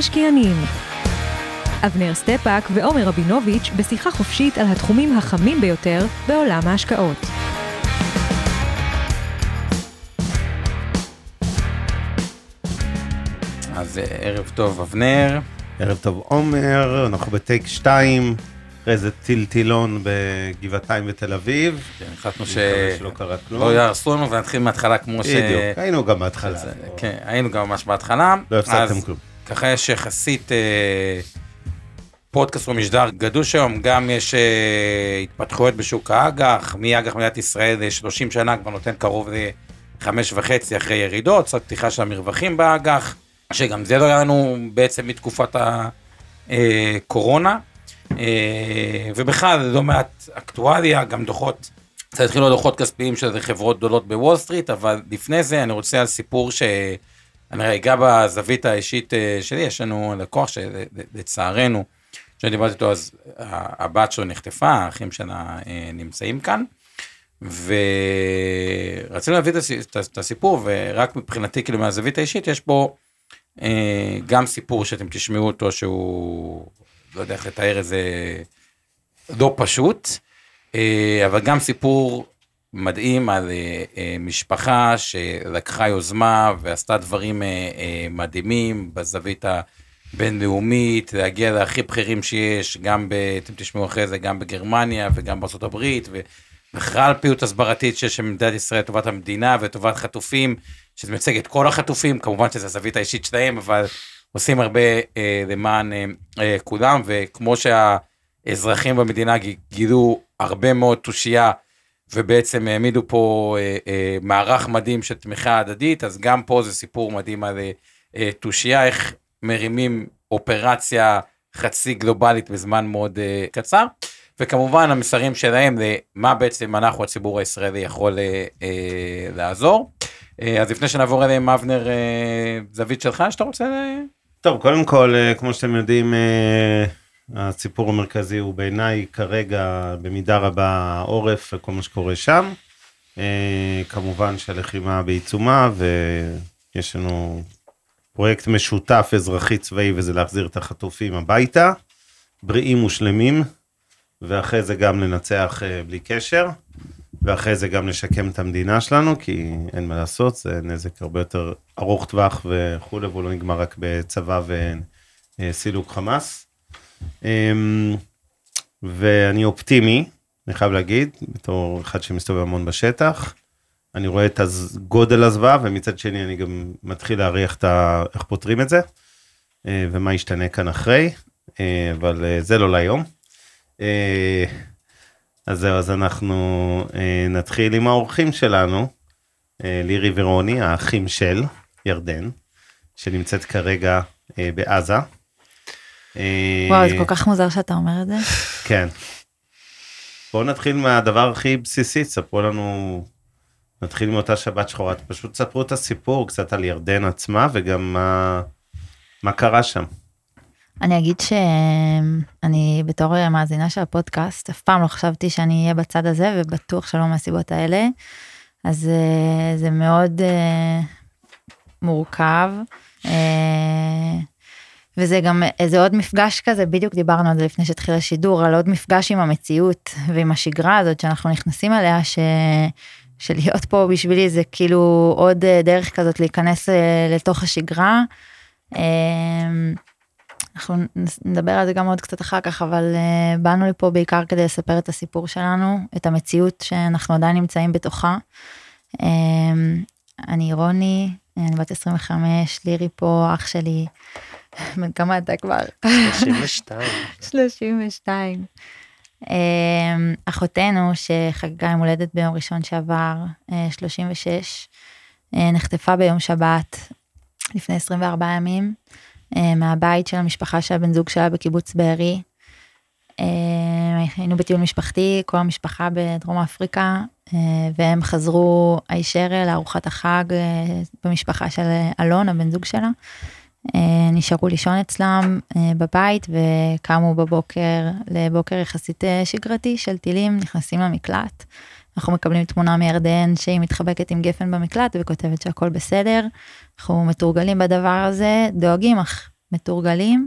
המשקיענים. אבנר סטפאק ועומר רבינוביץ' בשיחה חופשית על התחומים החמים ביותר בעולם ההשקעות. אז ערב טוב אבנר. ערב טוב עומר, אנחנו בטייק 2, אחרי זה טילטילון בגבעתיים בתל אביב. החלטנו שלא קרה כלום. לא יהרסו לנו ונתחיל מההתחלה כמו בדיוק, היינו גם בהתחלה. כן, היינו גם ממש בהתחלה. לא הפסקתם כלום. ככה יש יחסית פודקאסט או משדר גדוש היום, גם יש התפתחויות בשוק האג"ח, מאג"ח מדינת ישראל 30 שנה כבר נותן קרוב ל5.5 אחרי ירידות, קצת פתיחה של המרווחים באג"ח, שגם זה לא היה לנו בעצם מתקופת הקורונה, ובכלל לא מעט אקטואליה, גם דוחות, צריך להתחיל דוחות כספיים של חברות גדולות בוול סטריט, אבל לפני זה אני רוצה על סיפור אני אגע בזווית האישית שלי, יש לנו לקוח שלצערנו, שאני דיברתי איתו, אז הבת שלו נחטפה, האחים שלה נמצאים כאן, ורצינו להביא את הסיפור, ורק מבחינתי, כאילו מהזווית האישית, יש פה גם סיפור שאתם תשמעו אותו, שהוא, לא יודע איך לתאר איזה, לא פשוט, אבל גם סיפור מדהים על משפחה שלקחה יוזמה ועשתה דברים מדהימים בזווית הבינלאומית, להגיע להכי בכירים שיש, גם אתם תשמעו אחרי זה, גם בגרמניה וגם בארצות הברית, ובכלל פעילות הסברתית שיש במדינת ישראל לטובת המדינה וטובת חטופים, שזה מייצג את כל החטופים, כמובן שזה הזווית האישית שלהם, אבל עושים הרבה למען כולם, וכמו שהאזרחים במדינה גילו הרבה מאוד תושייה, ובעצם העמידו פה מערך מדהים של תמיכה הדדית, אז גם פה זה סיפור מדהים על תושייה, איך מרימים אופרציה חצי גלובלית בזמן מאוד קצר, וכמובן המסרים שלהם למה בעצם אנחנו הציבור הישראלי יכול לעזור. אז לפני שנעבור אליהם, אבנר, זווית שלך, שאתה רוצה? טוב, קודם כל, כמו שאתם יודעים, הסיפור המרכזי הוא בעיניי כרגע במידה רבה העורף וכל מה שקורה שם. כמובן שהלחימה בעיצומה, ויש לנו פרויקט משותף אזרחי צבאי, וזה להחזיר את החטופים הביתה, בריאים ושלמים, ואחרי זה גם לנצח בלי קשר, ואחרי זה גם לשקם את המדינה שלנו, כי אין מה לעשות, זה נזק הרבה יותר ארוך טווח וכו', והוא לא נגמר רק בצבא וסילוק חמאס. ואני אופטימי, אני חייב להגיד, בתור אחד שמסתובב המון בשטח, אני רואה את גודל הזוועה, ומצד שני אני גם מתחיל להריח איך פותרים את זה, ומה ישתנה כאן אחרי, אבל זה לא להיום. אז זהו, אז אנחנו נתחיל עם האורחים שלנו, לירי ורוני, האחים של ירדן, שנמצאת כרגע בעזה. וואו, זה כל כך מוזר שאתה אומר את זה. כן. בואו נתחיל מהדבר הכי בסיסי, ספרו לנו, נתחיל מאותה שבת שחורה, פשוט תספרו את הסיפור קצת על ירדן עצמה, וגם מה קרה שם. אני אגיד שאני בתור מאזינה של הפודקאסט, אף פעם לא חשבתי שאני אהיה בצד הזה, ובטוח שלא מהסיבות האלה, אז זה מאוד מורכב, וזה גם איזה עוד מפגש כזה, בדיוק דיברנו על זה לפני שהתחיל השידור, על עוד מפגש עם המציאות, ועם השגרה הזאת שאנחנו נכנסים אליה, שלהיות פה בשבילי זה כאילו עוד דרך כזאת להיכנס לתוך השגרה, אנחנו נדבר על זה גם עוד קצת אחר כך, אבל באנו לפה בעיקר כדי לספר את הסיפור שלנו, את המציאות שאנחנו עדיין נמצאים בתוכה. אני רוני, אני בת 25, לירי פה, אח שלי, כמה אתה כבר? 32. אחותנו שחגגה יום הולדת ביום ראשון שעבר, 36, נחטפה ביום שבת, לפני 24 ימים, מהבית של המשפחה של הבן זוג שלה בקיבוץ בארי. היינו בטיול משפחתי, כל המשפחה בדרום אפריקה, והם חזרו הישר לארוחת החג במשפחה של אלון, הבן זוג שלה. נשארו לישון אצלם בבית, וקמו לבוקר יחסית שגרתי של טילים, נכנסים למקלט. אנחנו מקבלים תמונה מירדן שהיא מתחבקת עם גפן במקלט, וכותבת שהכל בסדר. אנחנו מתורגלים בדבר הזה, דואגים, אך מתורגלים,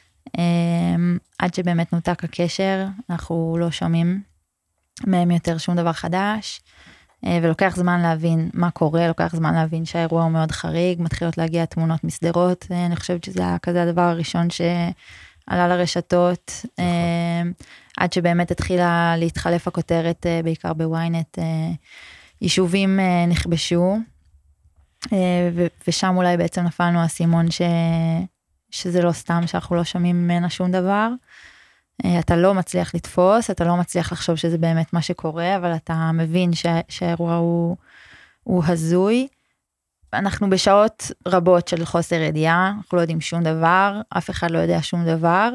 עד שבאמת נותק הקשר, אנחנו לא שומעים מהם יותר שום דבר חדש, ולוקח זמן להבין מה קורה, לוקח זמן להבין שהאירוע הוא מאוד חריג, מתחילות להגיע תמונות מסדרות, אני חושבת שזה היה כזה הדבר הראשון שעלה לרשתות, עד שבאמת התחילה להתחלף הכותרת, בעיקר בוויינט, יישובים נכבשו, ושם אולי בעצם נפלנו הסימון שזה לא סתם שאנחנו לא שומעים ממנה שום דבר, אתה לא מצליח לתפוס, אתה לא מצליח לחשוב שזה באמת מה שקורה, אבל אתה מבין שהאירוע הוא הזוי. אנחנו בשעות רבות של חוסר ידיעה, אנחנו לא יודעים שום דבר, אף אחד לא יודע שום דבר.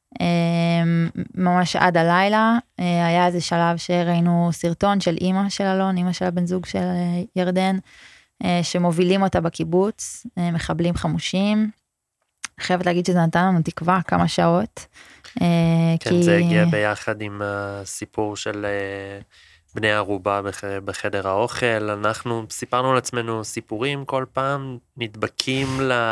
ממש עד הלילה, היה איזה שלב שראינו סרטון של אמא של אלון, אמא של הבן זוג של ירדן, שמובילים אותה בקיבוץ, מחבלים חמושים. חייבת להגיד שזה נתן לנו תקווה כמה שעות. כן, זה הגיע ביחד עם הסיפור של בני ערובה בחדר האוכל, אנחנו סיפרנו לעצמנו סיפורים כל פעם, נדבקים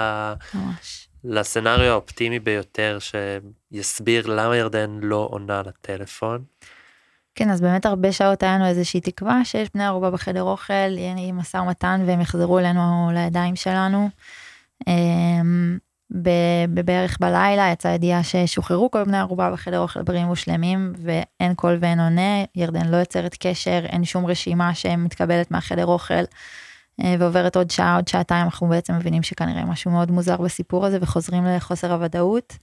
לסנריו האופטימי ביותר, שיסביר למה ירדן לא עונה לטלפון. כן, אז באמת הרבה שעות היה לנו איזושהי תקווה, שיש בני ערובה בחדר אוכל, יהיה משא ומתן, והם יחזרו אלינו לידיים שלנו. בערך בלילה יצאה ידיעה ששוחררו כל בני ערובה בחדר אוכל בריאים ושלמים, ואין קול ואין עונה, ירדן לא יוצרת קשר, אין שום רשימה שמתקבלת מהחדר אוכל, ועוברת עוד שעה, עוד שעתיים, אנחנו בעצם מבינים שכנראה משהו מאוד מוזר בסיפור הזה, וחוזרים לחוסר הוודאות.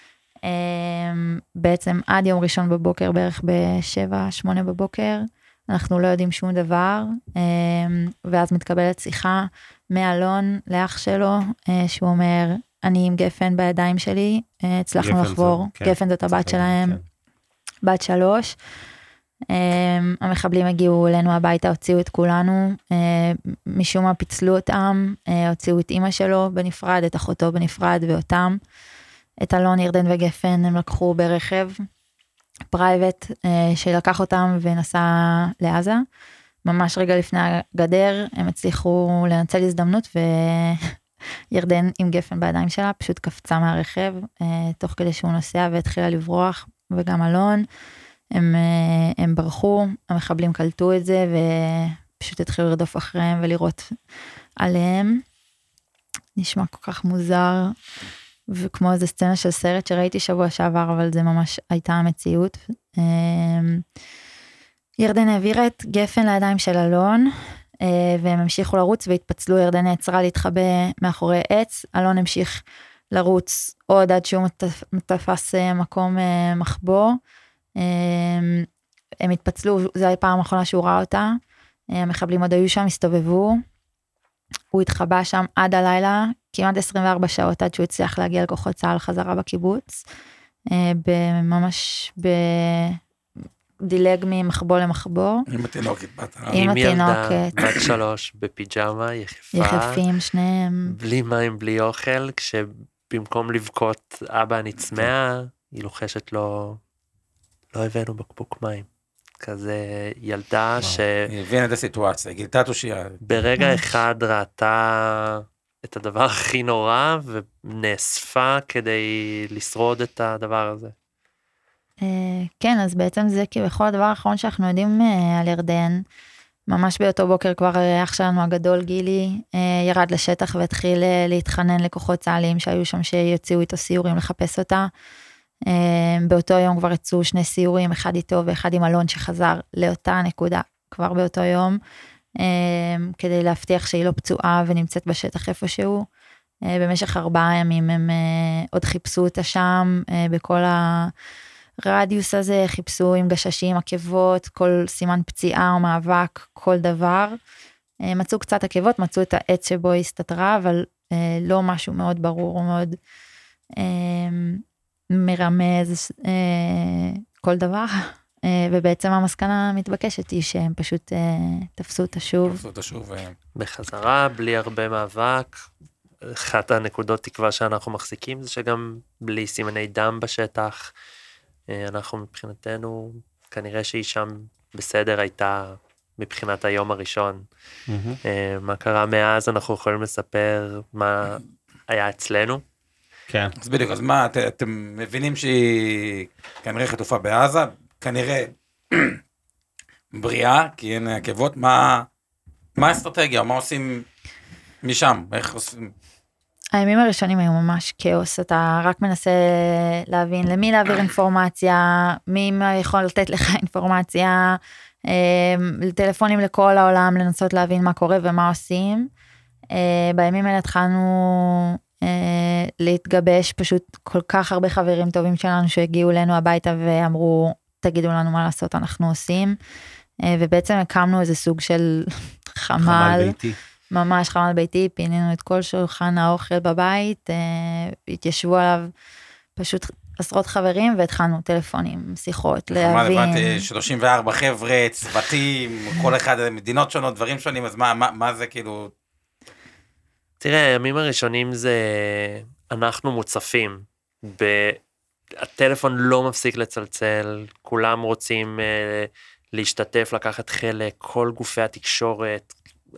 בעצם עד יום ראשון בבוקר, בערך ב7-8 בבוקר, אנחנו לא יודעים שום דבר, ואז מתקבלת שיחה מאלון לאח שלו, שהוא אומר, אני עם גפן בידיים שלי, הצלחנו לחבור, גפן זאת הבת שלהם, בת 3, המחבלים הגיעו אלינו הביתה, הוציאו את כולנו, משום מה פיצלו אותם, הוציאו את אמא שלו בנפרד, את אחותו בנפרד ואותם, את אלון, ירדן וגפן הם לקחו ברכב פרייבט שלקח אותם ונסע לעזה, ממש רגע לפני הגדר הם הצליחו לנצל הזדמנות וירדן עם גפן בידיים שלה פשוט קפצה מהרכב תוך כדי שהוא נוסע והתחילה לברוח, וגם אלון, הם ברחו, המחבלים קלטו את זה ופשוט התחילו לרדוף אחריהם ולירות עליהם. נשמע כל כך מוזר וכמו איזה סצנה של סרט שראיתי שבוע שעבר, אבל זה ממש הייתה המציאות. ירדן העבירה את גפן לידיים של אלון, והם המשיכו לרוץ והתפצלו, ירדן נעצרה להתחבא מאחורי עץ, אלון המשיך לרוץ עוד עד שהוא תפס מקום מחבוא, הם התפצלו, זו הייתה פעם האחרונה שהוא ראה אותה, המחבלים עוד היו שם, הסתובבו, הוא התחבא שם עד הלילה, כמעט 24 שעות עד שהוא הצליח להגיע לכוחות צה"ל חזרה בקיבוץ, ממש בדילג ממחבוא למחבוא. עם התינוקת בת. עם ילדה בת 3 בפיג'מה, יחפה. יחפים שניהם. בלי מים, בלי אוכל, כשבמקום לבכות אבא נצמאה, היא לוחשת לו, לא הבאנו בקבוק מים. כזה ילדה היא הבינה את הסיטואציה, גילתה תושייה. ברגע אחד ראתה את הדבר הכי נורא, ונאספה כדי לשרוד את הדבר הזה. כן, אז בעצם זה כבכל הדבר האחרון שאנחנו יודעים על ירדן, ממש באותו בוקר כבר אח שלנו הגדול גילי, ירד לשטח והתחיל להתחנן לכוחות צה"ליים שהיו שם שיוציאו איתו סיורים לחפש אותה, באותו יום כבר יצאו 2 סיורים, אחד איתו ואחד עם אלון שחזר לאותה נקודה כבר באותו יום, כדי להבטיח שהיא לא פצועה ונמצאת בשטח איפשהו. במשך 4 ימים הם עוד חיפשו אותה שם, בכל הרדיוס הזה, חיפשו עם גששים, עקבות, כל סימן פציעה או מאבק, כל דבר. מצאו קצת עקבות, מצאו את העץ שבו היא הסתתרה, אבל לא משהו מאוד ברור, מאוד מרמז כל דבר. ובעצם המסקנה המתבקשת היא שהם פשוט תפסו אותה שוב. בחזרה, בלי הרבה מאבק. אחת הנקודות תקווה שאנחנו מחזיקים זה שגם בלי סימני דם בשטח, אנחנו מבחינתנו, כנראה שהיא שם בסדר הייתה מבחינת היום הראשון. מה קרה מאז אנחנו יכולים לספר מה היה אצלנו. כן. אז בדיוק, אז מה, אתם מבינים שהיא כנראה חטופה בעזה, כנראה בריאה, כי אין עקבות, מה האסטרטגיה, מה עושים משם, איך עושים? הימים הראשונים היו ממש כאוס, אתה רק מנסה להבין למי להעביר אינפורמציה, מי יכול לתת לך אינפורמציה, טלפונים לכל העולם, לנסות להבין מה קורה ומה עושים. בימים האלה התחלנו להתגבש, פשוט כל כך הרבה חברים טובים שלנו שהגיעו אלינו הביתה ואמרו, תגידו לנו מה לעשות, אנחנו עושים, ובעצם הקמנו איזה סוג של חמ"ל ביתי. ממש חמ"ל ביתי, פינינו את כל שולחן האוכל בבית, התיישבו עליו פשוט עשרות חברים, והתחלנו טלפונים, שיחות, להבין. הבנתי 34 חבר'ה, צוותים, כל אחד מדינות שונות, דברים שונים, אז מה זה כאילו? תראה, הימים הראשונים זה, אנחנו מוצפים, הטלפון לא מפסיק לצלצל, כולם רוצים להשתתף, לקחת חלק, כל גופי התקשורת,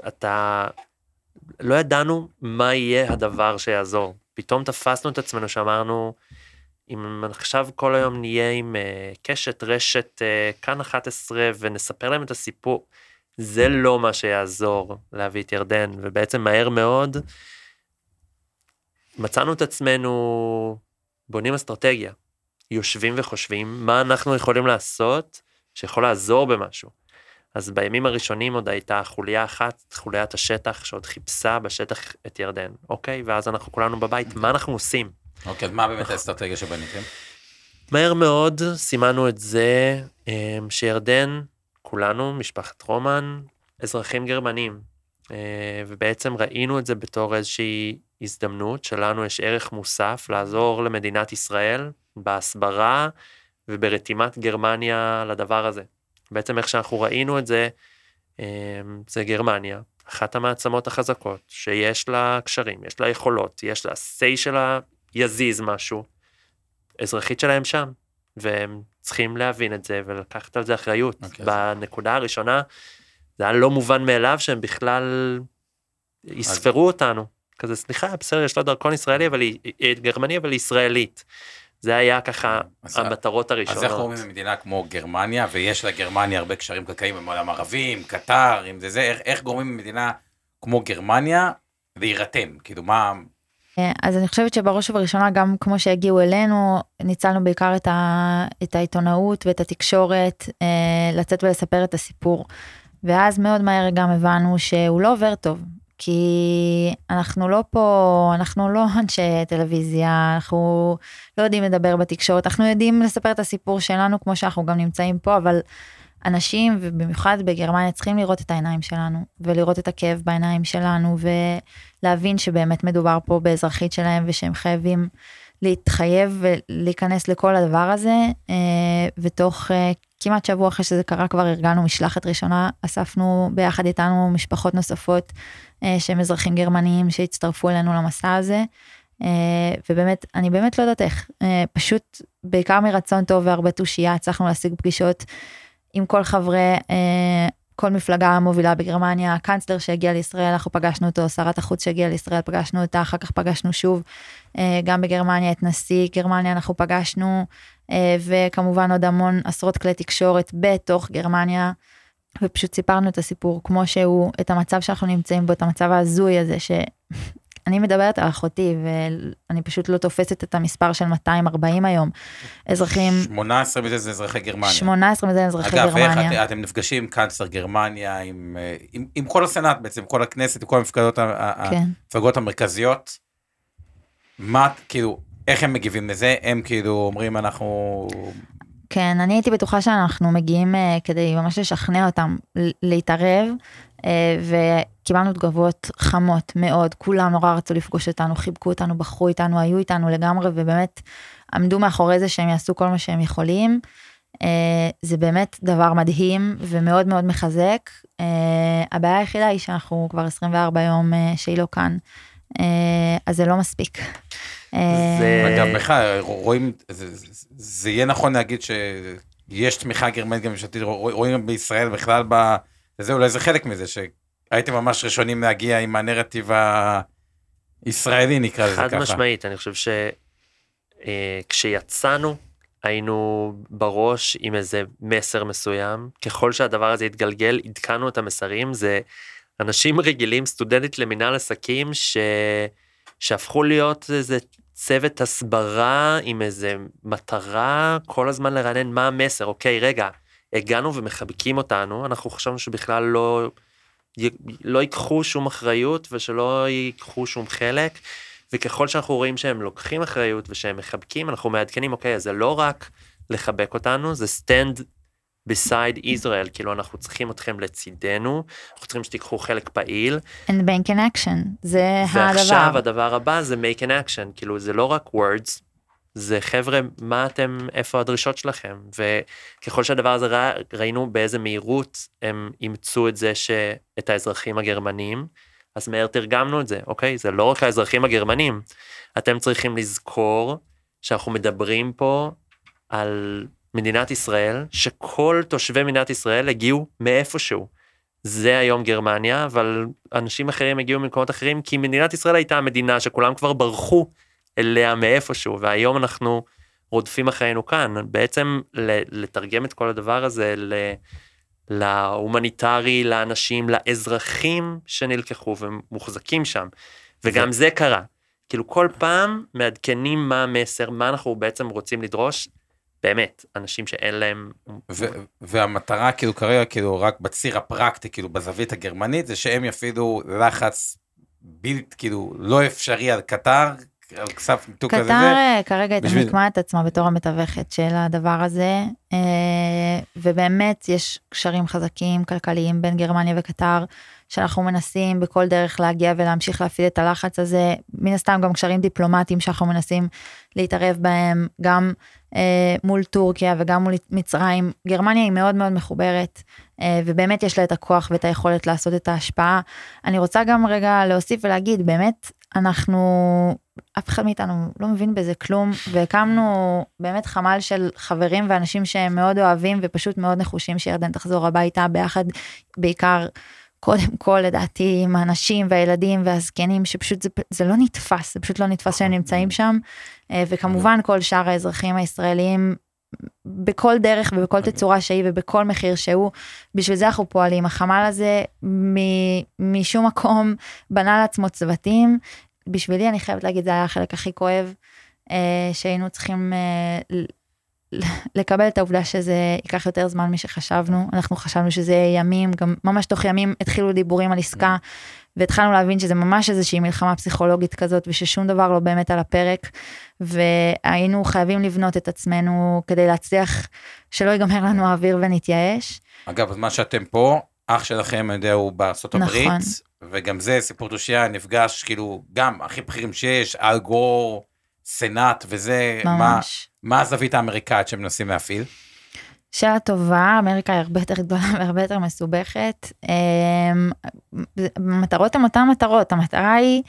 לא ידענו מה יהיה הדבר שיעזור. פתאום תפסנו את עצמנו שאמרנו, אם עכשיו כל היום נהיה עם קשת, רשת, כאן 11, ונספר להם את הסיפור, זה לא מה שיעזור להביא את ירדן, ובעצם מהר מאוד, מצאנו את עצמנו, בונים אסטרטגיה, יושבים וחושבים, מה אנחנו יכולים לעשות, שיכול לעזור במשהו. אז בימים הראשונים עוד הייתה חוליה אחת, חוליית השטח, שעוד חיפשה בשטח את ירדן, אוקיי? ואז אנחנו כולנו בבית, מה אנחנו עושים? אוקיי, אז מה באמת האסטרטגיה שבניתם? מהר מאוד סימנו את זה, שירדן, כולנו, משפחת רומן, אזרחים גרמנים, ובעצם ראינו את זה בתור איזושהי הזדמנות, שלנו יש ערך מוסף, לעזור למדינת ישראל, בהסברה וברתימת גרמניה לדבר הזה. בעצם איך שאנחנו ראינו את זה, זה גרמניה, אחת המעצמות החזקות, שיש לה קשרים, יש לה יכולות, יש לה סי שלה יזיז משהו, אזרחית שלהם שם, והם צריכים להבין את זה, ולקחת על זה אחריות. בנקודה הראשונה, זה היה לא מובן מאליו, שהם בכלל יספרו אותנו, כזה סליחה, בסדר, יש לה דרכון ישראלי, אבל היא גרמני, אבל היא ישראלית. זה היה ככה המטרות הראשונות. אז איך קוראים במדינה כמו גרמניה, ויש לגרמניה הרבה קשרים קלקליים עם העולם ערבים, קטר, אם זה, איך גורמים במדינה כמו גרמניה להירתם? כאילו מה... אז אני חושבת שבראש ובראשונה, גם כמו שהגיעו אלינו, ניצלנו בעיקר את העיתונאות ואת התקשורת, לצאת ולספר את הסיפור. ואז מאוד מהר גם הבנו שהוא לא עובר טוב. כי אנחנו לא פה, אנחנו לא אנשי טלוויזיה, אנחנו לא יודעים לדבר בתקשורת, אנחנו יודעים לספר את הסיפור שלנו, כמו שאנחנו גם נמצאים פה, אבל אנשים, ובמיוחד בגרמניה, צריכים לראות את העיניים שלנו, ולראות את הכאב בעיניים שלנו, ולהבין שבאמת מדובר פה באזרחית שלהם, ושהם חייבים להתחייב ולהיכנס לכל הדבר הזה, ותוך כמעט שבוע אחרי שזה קרה, כבר ארגנו משלחת ראשונה, אספנו ביחד איתנו משפחות נוספות, שהם אזרחים גרמניים שהצטרפו אלינו למסע הזה, ובאמת, אני באמת לא יודעת איך, פשוט בעיקר מרצון טוב והרבה תושייה, הצלחנו להשיג פגישות עם כל חברי, כל מפלגה מובילה בגרמניה, הקנצלר שהגיע לישראל, אנחנו פגשנו אותו, שרת החוץ שהגיע לישראל, פגשנו אותה, אחר כך פגשנו שוב, גם בגרמניה, את נשיא גרמניה אנחנו פגשנו, וכמובן עוד המון עשרות כלי תקשורת בתוך גרמניה, ופשוט סיפרנו את הסיפור כמו שהוא, את המצב שאנחנו נמצאים בו, את המצב ההזוי הזה, שאני מדברת על אחותי, ואני פשוט לא תופסת את המספר של 240 היום, אזרחים... 18 מזה זה אזרחי גרמניה. 18 מזה אזרחי גרמניה. אגב, איך אתם נפגשים עם קנצלר גרמניה, עם כל הסנאט בעצם, כל הכנסת, עם כל המפלגות המרכזיות, מה, כאילו, איך הם מגיבים לזה? הם כאילו אומרים אנחנו... כן, אני הייתי בטוחה שאנחנו מגיעים כדי ממש לשכנע אותם להתערב, וקיבלנו תגובות חמות מאוד, כולם נורא רצו לפגוש אותנו, חיבקו אותנו, בחרו איתנו, היו איתנו לגמרי, ובאמת עמדו מאחורי זה שהם יעשו כל מה שהם יכולים, זה באמת דבר מדהים ומאוד מאוד מחזק, הבעיה היחידה היא שאנחנו כבר 24 יום שהיא לא כאן, אז זה לא מספיק. אגב, בכלל, רואים, זה יהיה נכון להגיד שיש תמיכה גרמנית גם ממשלתית, רואים בישראל בכלל, זה אולי זה חלק מזה, שהייתם ממש ראשונים להגיע עם הנרטיב ישראלי נקרא לזה ככה. חד משמעית, אני חושב שכשיצאנו, היינו בראש עם איזה מסר מסוים, ככל שהדבר הזה התגלגל, עדכנו את המסרים, זה אנשים רגילים, סטודנטית למינהל עסקים, שהפכו להיות איזה צוות הסברה, עם איזה מטרה, כל הזמן לרענן מה המסר, אוקיי, רגע, הגענו ומחבקים אותנו, אנחנו חשבנו שבכלל לא ייקחו שום אחריות, ושלא ייקחו שום חלק, וככל שאנחנו רואים שהם לוקחים אחריות, ושהם מחבקים, אנחנו מעדכנים, אוקיי, אז זה לא רק לחבק אותנו, זה stand beside Israel, כאילו אנחנו צריכים אתכם לצידנו, אנחנו צריכים שתיקחו חלק פעיל. And bank in action, זה הדבר. ועכשיו הדבר הבא זה make an action, כאילו זה לא רק words, זה חבר'ה, מה אתם, איפה הדרישות שלכם? וככל שהדבר הזה ראינו באיזה מהירות, הם אימצו את זה שאת האזרחים הגרמנים, אז מהר תרגמנו את זה, אוקיי? זה לא רק האזרחים הגרמנים, אתם צריכים לזכור שאנחנו מדברים פה על מדינת ישראל, שכל תושבי מדינת ישראל הגיעו מאיפשהו. זה היום גרמניה, אבל אנשים אחרים הגיעו ממקומות אחרים, כי מדינת ישראל הייתה המדינה שכולם כבר ברחו אליה מאיפשהו, והיום אנחנו רודפים אחרינו כאן. בעצם לתרגם את כל הדבר הזה להומניטרי, לאנשים, לאזרחים שנלקחו ומוחזקים שם. וגם זה קרה. כאילו כל פעם מעדכנים מה המסר, מה אנחנו בעצם רוצים לדרוש, באמת, אנשים שאין להם... והמטרה כאילו כרגע, כאילו רק בציר הפרקטי, כאילו בזווית הגרמנית, זה שהם יפעילו לחץ בלתי, כאילו לא אפשרי על קטר, על כסף ניתוק כזה. קטר כרגע הייתה נקמה את עצמה בתור המתווכת של הדבר הזה, ובאמת יש קשרים חזקים, כלכליים בין גרמניה וקטר, שאנחנו מנסים בכל דרך להגיע ולהמשיך להפעיל את הלחץ הזה, מן הסתם גם קשרים דיפלומטיים שאנחנו מנסים להתערב בהם, גם מול טורקיה וגם מול מצרים. גרמניה היא מאוד מאוד מחוברת, ובאמת יש לה את הכוח ואת היכולת לעשות את ההשפעה. אני רוצה גם רגע להוסיף ולהגיד, באמת אף אחד מאיתנו לא מבין בזה כלום, והקמנו באמת חמ"ל של חברים ואנשים שהם מאוד אוהבים, ופשוט מאוד נחושים שירדן תחזור הביתה ביחד, בעיקר קודם כל לדעתי עם האנשים והילדים והזקנים, שפשוט זה לא נתפס, זה פשוט לא נתפס שהם נמצאים שם, וכמובן כל שאר האזרחים הישראלים, בכל דרך ובכל תצורה שהיא ובכל מחיר שהוא, בשביל זה אנחנו פועלים. החמ"ל הזה משום מקום בנה לעצמו צוותים, בשבילי אני חייבת להגיד, זה היה החלק הכי כואב, שהיינו צריכים לקבל את העובדה שזה ייקח יותר זמן משחשבנו, אנחנו חשבנו שזה ימים, גם ממש תוך ימים התחילו דיבורים על עסקה, והתחלנו להבין שזה ממש איזושהי מלחמה פסיכולוגית כזאת, וששום דבר לא באמת על הפרק, והיינו חייבים לבנות את עצמנו, כדי להצליח שלא ייגמר לנו האוויר ונתייאש. אגב, בזמן שאתם פה, אח שלכם, אני יודע, הוא בארצות הברית, נכון. וגם זה סיפור תושייה, נפגש כאילו גם הכי בכירים שיש, אל גור, סנאט וזה, מה הזווית האמריקאית שמנסים להפעיל? שאלה טובה, אמריקה היא הרבה יותר גדולה והרבה יותר מסובכת, מטרות הן אותן מטרות, המטרה היא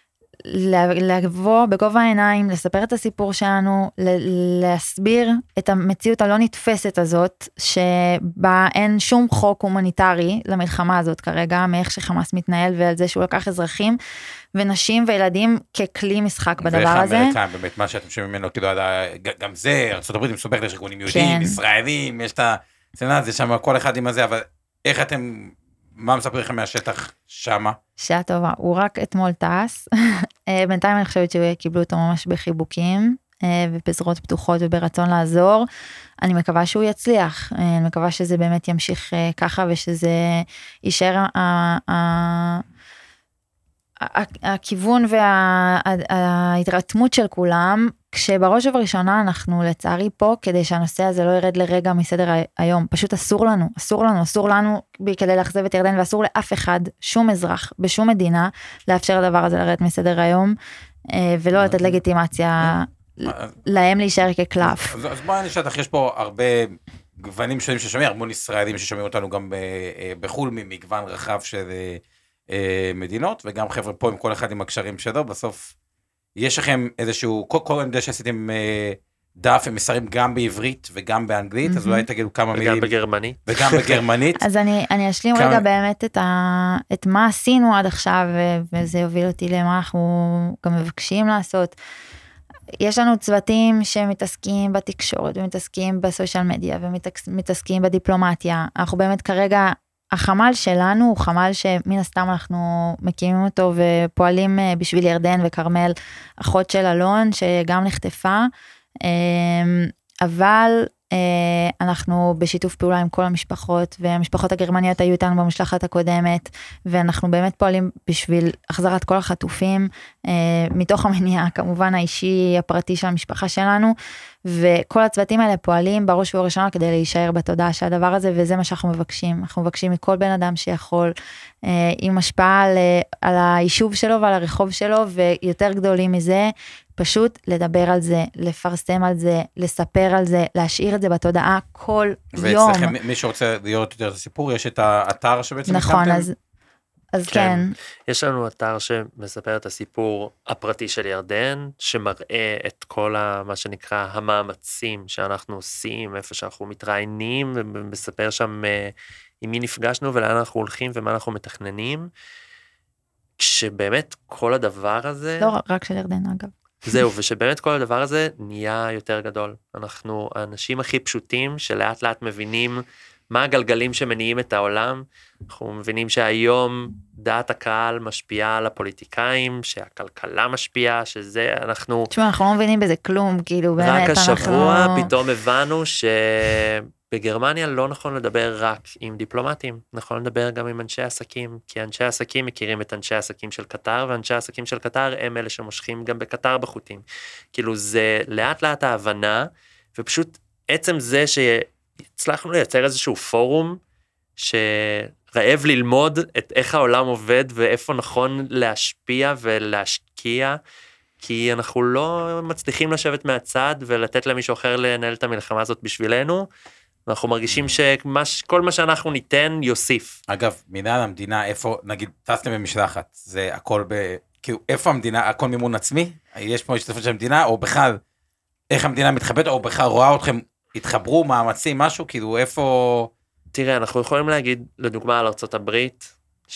לבוא בגובה העיניים, לספר את הסיפור שלנו, להסביר את המציאות הלא נתפסת הזאת, שבה אין שום חוק הומניטרי למלחמה הזאת כרגע, מאיך שחמאס מתנהל ועל זה שהוא לקח אזרחים, ונשים וילדים ככלי משחק בדבר הזה. ואיך האמריקאים, באמת מה שאתם שומעים ממנו, כאילו, גם זה, ארצות הברית מסובכת, יש ארגונים יהודים, ישראלים, יש את הסנאט, זה שם כל אחד עם הזה, אבל איך אתם... מה מספר לכם מהשטח שמה? שעה טובה, הוא רק אתמול טס, בינתיים אני חושבת שקיבלו אותו ממש בחיבוקים, ובזרועות פתוחות וברצון לעזור, אני מקווה שהוא יצליח, אני מקווה שזה באמת ימשיך ככה, ושזה יישאר הכיוון וההתרתמות של כולם, כשבראש ובראשונה אנחנו לצערי פה, כדי שהנושא הזה לא ירד לרגע מסדר היום, פשוט אסור לנו, כדי לאכזב את ירדן, ואסור לאף אחד, שום אזרח, בשום מדינה, לאפשר לדבר הזה לרד מסדר היום, ולא לתת לגיטימציה להם להישאר כקלף. אז בואי נשאתך, יש פה הרבה גוונים שונים ששומעים, המון ישראלים ששומעים אותנו גם בחול, ממגוון רחב של מדינות, וגם חבר'ה פה עם כל אחד עם הקשרים שלו, בסוף יש לכם איזשהו, כל עמדה שעשיתם דף עם מסרים גם בעברית וגם באנגלית, אז אולי תגידו כמה מילים. וגם בגרמנית. וגם בגרמנית. אז אני אשלים רגע באמת את מה עשינו עד עכשיו, וזה יוביל אותי למה אנחנו גם מבקשים לעשות. יש לנו צוותים שמתעסקים בתקשורת, ומתעסקים בסושיאל מדיה, ומתעסקים בדיפלומטיה. אנחנו באמת כרגע, החמ"ל שלנו הוא חמ"ל שמן הסתם אנחנו מקימים אותו, ופועלים בשביל ירדן וכרמל, אחות של אלון, שגם נחטפה, אבל אנחנו בשיתוף פעולה עם כל המשפחות, והמשפחות הגרמניות היו איתנו במשלחת הקודמת, ואנחנו באמת פועלים בשביל החזרת כל החטופים, מתוך המניע כמובן האישי הפרטי של המשפחה שלנו, וכל הצוותים האלה פועלים בראש ובראשונה כדי להישאר בתודעה של הדבר הזה, וזה מה שאנחנו מבקשים. אנחנו מבקשים מכל בן אדם שיכול, עם השפעה על היישוב שלו ועל הרחוב שלו, ויותר גדולים מזה, פשוט לדבר על זה, לפרסם על זה, לספר על זה, להשאיר את זה בתודעה כל יום. ואצלכם, מי שרוצה לראות יותר את הסיפור, יש את האתר שבעצם נכון, אז כן. יש לנו אתר שמספר את הסיפור הפרטי של ירדן, שמראה את כל מה שנקרא המאמצים שאנחנו עושים, איפה שאנחנו מתראיינים, ומספר שם עם מי נפגשנו ולאן אנחנו הולכים ומה אנחנו מתכננים, כשבאמת כל הדבר הזה... לא רק של ירדן אגב. זהו, ושבאמת כל הדבר הזה נהיה יותר גדול. אנחנו האנשים הכי פשוטים שלאט לאט מבינים מה הגלגלים שמניעים את העולם. אנחנו מבינים שהיום דעת הקהל משפיעה על הפוליטיקאים, שהכלכלה משפיעה, שזה אנחנו... תשמע, אנחנו לא מבינים בזה כלום, כאילו באמת רק השבוע פתאום הבנו שבגרמניה לא נכון לדבר רק עם דיפלומטים, נכון לדבר גם עם אנשי עסקים, כי אנשי עסקים מכירים את אנשי העסקים של קטר, ואנשי העסקים של קטר הם אלה שמושכים גם בקטר בחוטים. כאילו זה לאט לאט ההבנה, ופשוט עצם זה שהצלחנו לייצר איזשהו פורום, שרעב ללמוד את איך העולם עובד, ואיפה נכון להשפיע ולהשקיע, כי אנחנו לא מצליחים לשבת מהצד, ולתת למישהו אחר לנהל את המלחמה הזאת בשבילנו, ואנחנו מרגישים שכל מה שאנחנו ניתן יוסיף. אגב, מנהל המדינה, איפה, נגיד, טסתם במשלחת, זה הכל כאילו, איפה המדינה, הכל מימון עצמי? יש פה השתתפות של המדינה, או בכלל, איך המדינה מתחבאת, או בכלל רואה אתכם, התחברו, מאמצים, משהו, כאילו, איפה... תראה, אנחנו יכולים להגיד, לדוגמה, על ארצות הברית,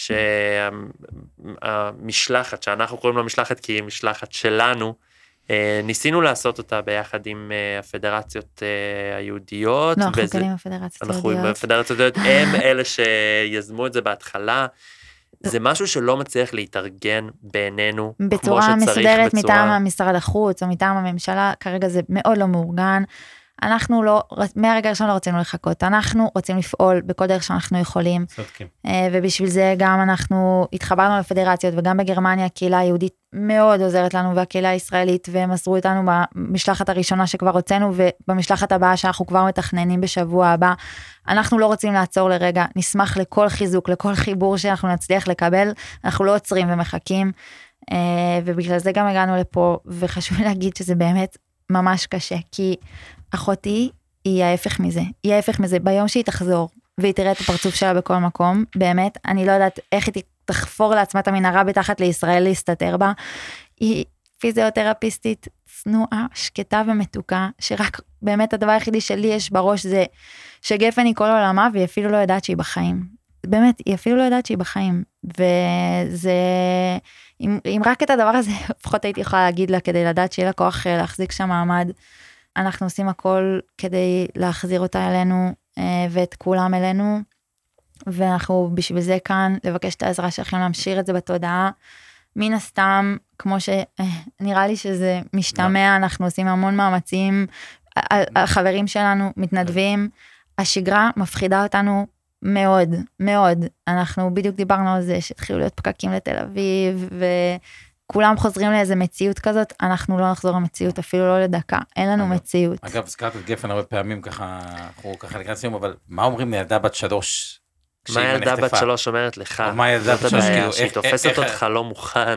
שהמשלחת, שאנחנו קוראים לה משלחת, כי היא משלחת שלנו, ניסינו לעשות אותה ביחד עם הפדרציות היהודיות. לא, אנחנו כאלה עם הפדרציות היהודיות. אנחנו עם הפדרציות היהודיות, הם אלה שיזמו את זה בהתחלה. זה משהו שלא מצליח להתארגן בעינינו, בצורה מסודרת מטעם משרד החוץ, או מטעם הממשלה, כרגע זה מאוד לא מאורגן. אנחנו לא, מהרגע הראשון לא רצינו לחכות, אנחנו רוצים לפעול בכל דרך שאנחנו יכולים, ובשביל זה גם אנחנו התחברנו לפדרציות, וגם בגרמניה הקהילה היהודית מאוד עוזרת לנו, והקהילה הישראלית, והם עזרו איתנו במשלחת הראשונה שכבר הוצאנו, ובמשלחת הבאה שאנחנו כבר מתכננים בשבוע הבא, אנחנו לא רוצים לעצור לרגע, נשמח לכל חיזוק, לכל חיבור שאנחנו נצליח לקבל, אנחנו לא עוצרים ומחכים, ובגלל זה גם הגענו לפה, וחשוב להגיד שזה באמת ממש קשה, כי אחותי היא ההפך מזה, היא ההפך מזה, ביום שהיא תחזור, והיא תראה את הפרצוף שלה בכל מקום, באמת, אני לא יודעת איך היא תחפור לעצמה את המנהרה בתחת לישראל להסתתר בה, היא פיזיותרפיסטית, צנועה, שקטה ומתוקה, שרק באמת הדבר היחידי שלי יש בראש זה, שגפן היא כל עולמה, והיא אפילו לא יודעת שהיא בחיים, באמת, היא אפילו לא יודעת שהיא בחיים, וזה, אם רק את הדבר הזה, לפחות הייתי יכולה להגיד לה, כדי לדעת שיהיה לה כוח להחזיק שם מעמד, אנחנו עושים הכל כדי להחזיר אותה אלינו, ואת כולם אלינו, ואנחנו בשביל זה כאן, לבקש את העזרה שלכם להמשיך את זה בתודעה, מן הסתם, כמו שנראה לי שזה משתמע, אנחנו עושים המון מאמצים, החברים שלנו מתנדבים, השגרה מפחידה אותנו מאוד, מאוד, אנחנו בדיוק דיברנו על זה, שהתחילו להיות פקקים לתל אביב, כולם חוזרים לאיזה מציאות כזאת, אנחנו לא נחזור למציאות, אפילו לא לדקה, אין לנו מציאות. אגב, הזכרת את גפן הרבה פעמים, ככה, אנחנו ככה לקראת סיום, אבל מה אומרים לילדה בת 3? מה ילדה בת 3 אומרת לך? מה ילדה בת 3? שהיא תופסת אותך לא מוכן,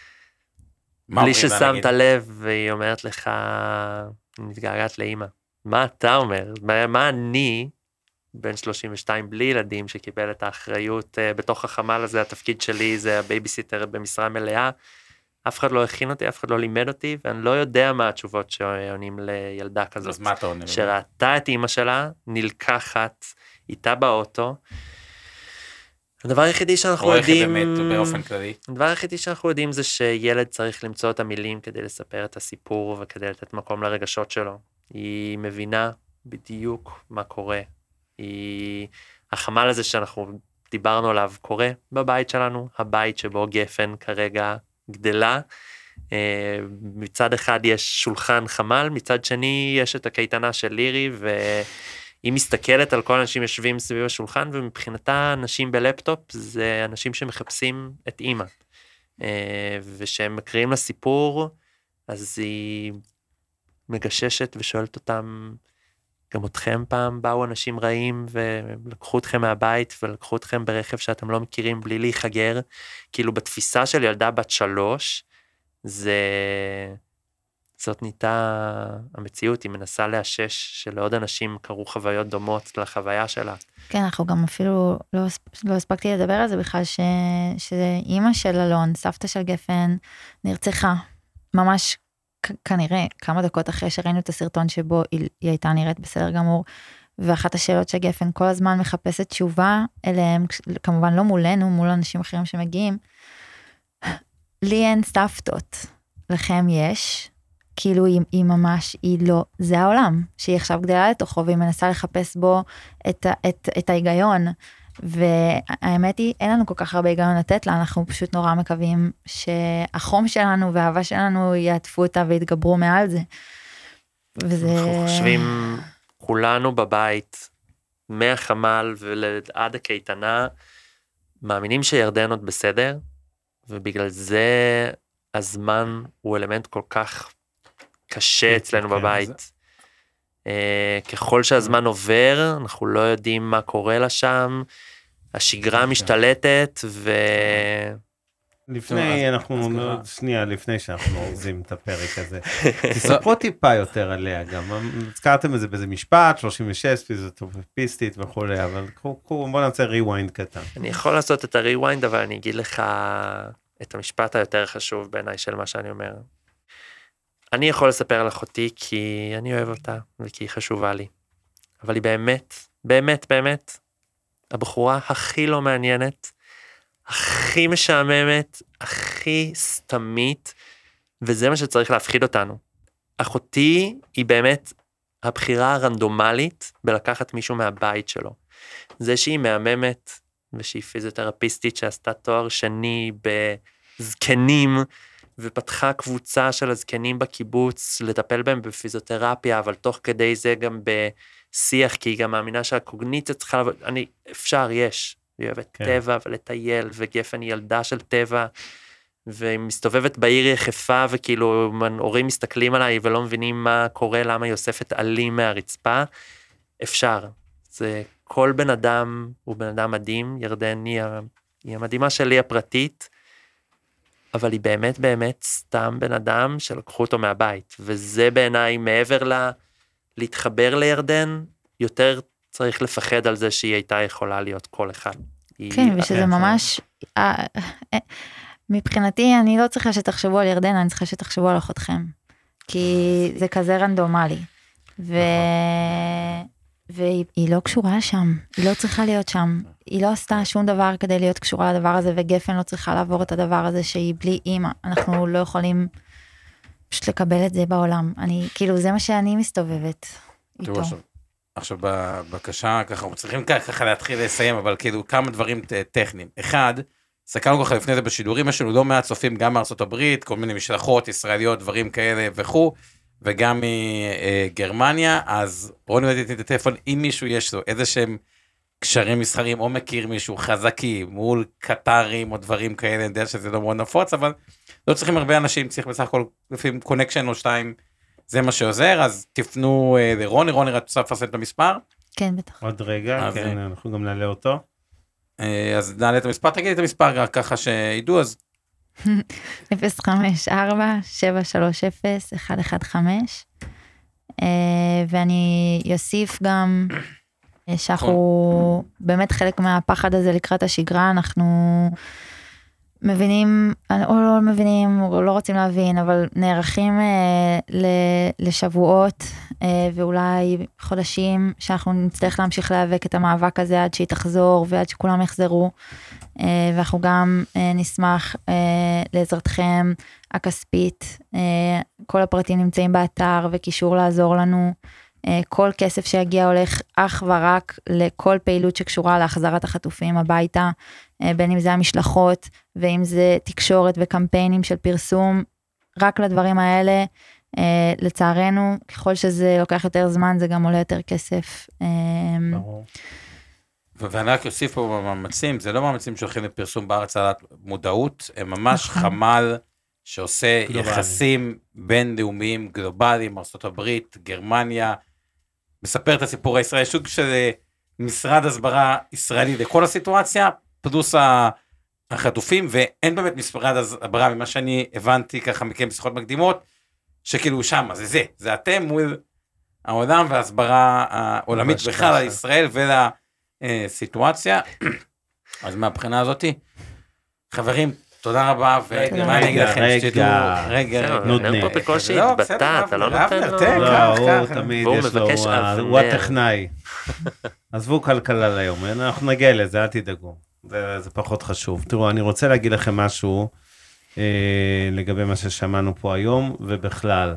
בלי ששמת לב, והיא אומרת לך, מתגעגעת לאמא. מה אתה אומר? מה אני, בן 32 בלי ילדים, שקיבל את האחריות בתוך החמ"ל הזה, התפקיד שלי זה הבייביסיטר במשרה מלאה, אף אחד לא הכין אותי, אף אחד לא לימד אותי, ואני לא יודע מה התשובות שעונים לילדה כזאת. אז מה אתה עונה? שראתה את אמא שלה, נלקחת, איתה באוטו. הדבר היחידי שאנחנו יודעים... באופן כללי. הדבר היחידי שאנחנו יודעים זה שילד צריך למצוא את המילים כדי לספר את הסיפור, וכדי לתת מקום לרגשות שלו. היא מבינה בדיוק מה קורה. החמ"ל הזה שאנחנו דיברנו עליו קורה בבית שלנו, הבית שבו גפן כרגע גדלה. מצד אחד יש שולחן חמ"ל, מצד שני יש את הקייטנה של לירי, והיא מסתכלת על כל אנשים יושבים סביב השולחן, ומבחינתה אנשים בלפטופ זה אנשים שמחפשים את אמא. ושהם מקריאים לסיפור, אז היא מגששת ושואלת אותם, גם אתכם פעם באו אנשים רעים ולקחו אתכם מהבית ולקחו אתכם ברכב שאתם לא מכירים בלי להיחגר, כאילו בתפיסה של ילדה בת 3, זאת נהייתה המציאות, היא מנסה לאשש שלעוד אנשים קרו חוויות דומות לחוויה שלה. כן, אנחנו גם אפילו לא הספקתי לדבר על זה בכלל, שאימא של אלון, סבתא של גפן, נרצחה, ממש כנראה כמה דקות אחרי שראינו את הסרטון שבו היא הייתה נראית בסדר גמור, ואחת השאלות שגפן כל הזמן מחפשת תשובה אליהם, כמובן לא מולנו, מול אנשים אחרים שמגיעים, לי אין סבתות, לכם יש, כאילו היא ממש, היא לא, זה העולם, שהיא עכשיו גדלה לתוכו, והיא מנסה לחפש בו את ההיגיון, והאמת היא, אין לנו כל כך הרבה היגיון לתת לה, אנחנו פשוט נורא מקווים שהחום שלנו והאהבה שלנו יעטפו אותה והתגברו מעל זה. אנחנו חושבים, כולנו בבית, מהחמ"ל ועד הקייטנה, מאמינים שירדן עוד בסדר, ובגלל זה הזמן הוא אלמנט כל כך קשה אצלנו בבית. ככל שהזמן עובר, אנחנו לא יודעים מה קורה לה שם, השגרה משתלטת, לפני, אנחנו, שנייה, לפני שאנחנו עוזים את הפרק הזה, תספרו טיפה יותר עליה גם, הזכרתם את זה באיזה משפט, 36, פיזיותרפיסטית וכולי, אבל בוא נעשה ריוויינד קטן. אני יכול לעשות את הריוויינד, אבל אני אגיד לך את המשפט היותר חשוב בעיניי של מה שאני אומר. אני יכול לספר על אחותי כי אני אוהב אותה, וכי היא חשובה לי. אבל היא באמת, באמת, באמת, הבחורה הכי לא מעניינת, הכי משעממת, הכי סתמית, וזה מה שצריך להפחיד אותנו. אחותי היא באמת הבחירה הרנדומלית בלקחת מישהו מהבית שלו. זה שהיא מהממת, ושהיא פיזיותרפיסטית שעשתה תואר שני בזקנים, ופתחה קבוצה של הזקנים בקיבוץ, לטפל בהם בפיזיותרפיה, אבל תוך כדי זה גם בשיח, כי היא גם מאמינה שהקוגניציה צריכה לעבוד, אפשר, יש, היא אוהבת טבע ולטייל, וגפן היא ילדה של טבע, והיא מסתובבת בעיר יחפה, וכאילו הורים מסתכלים עליי, ולא מבינים מה קורה, למה היא אוספת עלים מהרצפה, אפשר, זה כל בן אדם, הוא בן אדם מדהים, ירדן היא המדהימה שלי הפרטית, אבל היא באמת באמת סתם בן אדם שלקחו אותו מהבית, וזה בעיניי מעבר להתחבר לירדן, יותר צריך לפחד על זה שהיא הייתה יכולה להיות כל אחד. כן, ושזה ממש, מבחינתי אני לא צריכה שתחשבו על ירדן, אני צריכה שתחשבו על אחותכם, כי זה כזה רנדומלי, והיא לא קשורה שם, היא לא צריכה להיות שם, היא לא עשתה שום דבר כדי להיות קשורה לדבר הזה, וגפן לא צריכה לעבור את הדבר הזה שהיא בלי אימא, אנחנו לא יכולים פשוט לקבל את זה בעולם, כאילו זה מה שאני מסתובבת איתו. עכשיו בבקשה, ככה, אנחנו צריכים ככה להתחיל לסיים, אבל כאילו כמה דברים טכניים. אחד, סקרנו ככה לפני זה בשידורים, יש לנו לא מעט צופים גם מארצות הברית, כל מיני משלחות ישראליות, דברים כאלה וכו', וגם מגרמניה, אז רוני נתתי את הטלפון, אם מישהו יש לו איזה שהם קשרים מסחרים, או מכיר מישהו חזקי, מול קטרים או דברים כאלה, אני יודע שזה לא מאוד נפוץ, אבל לא צריכים הרבה אנשים, צריך בסך הכל לפעמים קונקשן או 2, זה מה שעוזר, אז תפנו לרוני, רוני רצה לפרסם את המספר. כן, בטח. עוד רגע, כן, אנחנו גם נעלה אותו. אז נעלה את המספר, תגידי את המספר ככה שידעו, אז 054-730-115, ואני אוסיף גם שאנחנו באמת חלק מהפחד הזה לקראת השגרה, אנחנו מבינים, או לא מבינים, או לא רוצים להבין, אבל נערכים לשבועות, ואולי חודשים שאנחנו נצטרך להמשיך להיאבק את המאבק הזה עד שהיא תחזור, ועד שכולם יחזרו, ואנחנו גם נשמח לעזרתכם הכספית, כל הפרטים נמצאים באתר, וקישור לעזור לנו, כל כסף שיגיע הולך אך ורק לכל פעילות שקשורה להחזרת החטופים הביתה, בין אם זה המשלחות, ואם זה תקשורת וקמפיינים של פרסום, רק לדברים האלה, לצערנו, ככל שזה לוקח יותר זמן, זה גם עולה יותר כסף. ברור. ואני רק אוסיף פה במאמצים, זה לא מאמצים שהולכים לפרסום בארץ על מודעות, הם ממש חמ"ל שעושה יחסים בינלאומיים גלובליים, ארצות הברית, גרמניה, מספר את הסיפור הישראלי, סוג של משרד הסברה ישראלי לכל הסיטואציה, פלוס החטופים, ואין באמת משרד הסברה, ממה שאני הבנתי ככה מכם בשיחות מקדימות, שכאילו שם, זה אתם מול העולם וההסברה העולמית בכלל על ישראל ולסיטואציה. אז מהבחינה הזאת, חברים, תודה רבה, ומה אני אגיד לכם, שתדעו, רגע, נותנים. פה בקושי התבטא, אתה לא נותן לו. לא, הוא תמיד יש לו, הוא הטכנאי. עזבו כלכלה ליום, אנחנו נגיע לזה, אל תדאגו, זה פחות חשוב. תראו, אני רוצה להגיד לכם משהו, לגבי מה ששמענו פה היום, ובכלל.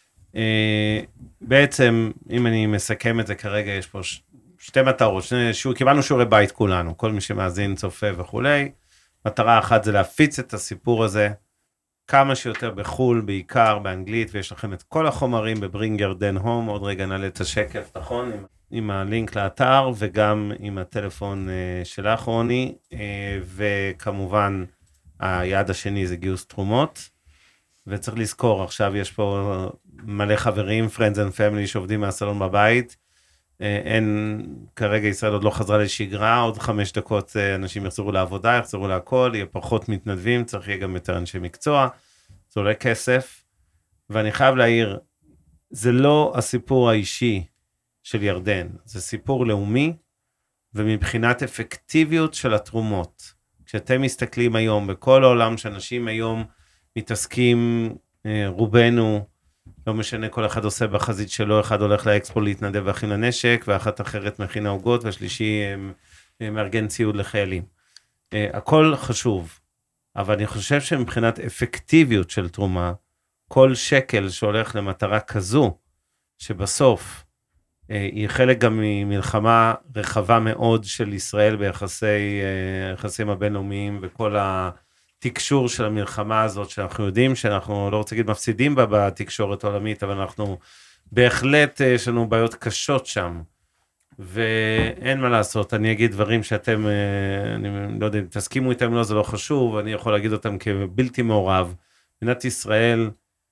בעצם, אם אני מסכם את זה כרגע, יש פה שתי מטרות, קיבלנו שיעורי בית כולנו, כל מי שמאזין, צופה וכולי, מטרה אחת זה להפיץ את הסיפור הזה, כמה שיותר בחול, בעיקר באנגלית, ויש לכם את כל החומרים בברינג ירדן הום, עוד רגע נעלה את השקף, נכון? עם הלינק לאתר, וגם עם הטלפון שלך, רוני, וכמובן, היעד השני זה גיוס תרומות, וצריך לזכור, עכשיו יש פה מלא חברים, friends and family, שעובדים מהסלון בבית, אין, כרגע ישראל עוד לא חזרה לשגרה, עוד 5 דקות אנשים יחזרו לעבודה, יחזרו להכל, יהיה פחות מתנדבים, צריך יהיה גם יותר אנשי מקצוע, זה עולה כסף, ואני חייב להעיר, זה לא הסיפור האישי של ירדן, זה סיפור לאומי, ומבחינת אפקטיביות של התרומות, כשאתם מסתכלים היום, בכל העולם שאנשים היום מתעסקים, רובנו, לא משנה, כל אחד עושה בחזית שלו, אחד הולך לאקספו להתנדב ואחים לנשק, ואחת אחרת מכינה עוגות, והשלישי מארגן ציוד לחיילים. הכל חשוב, אבל אני חושב שמבחינת אפקטיביות של תרומה, כל שקל שהולך למטרה כזו, שבסוף היא חלק גם ממלחמה רחבה מאוד של ישראל ביחסים הבינלאומיים, וכל התקשור של המלחמה הזאת, שאנחנו יודעים שאנחנו, לא רוצה להגיד מפסידים בה בתקשורת העולמית, אבל אנחנו בהחלט, יש לנו בעיות קשות שם, ואין מה לעשות, אני אגיד דברים שאתם, אני לא יודע, תסכימו איתם, לא, זה לא חשוב, אני יכול להגיד אותם כבלתי מעורב. מדינת ישראל,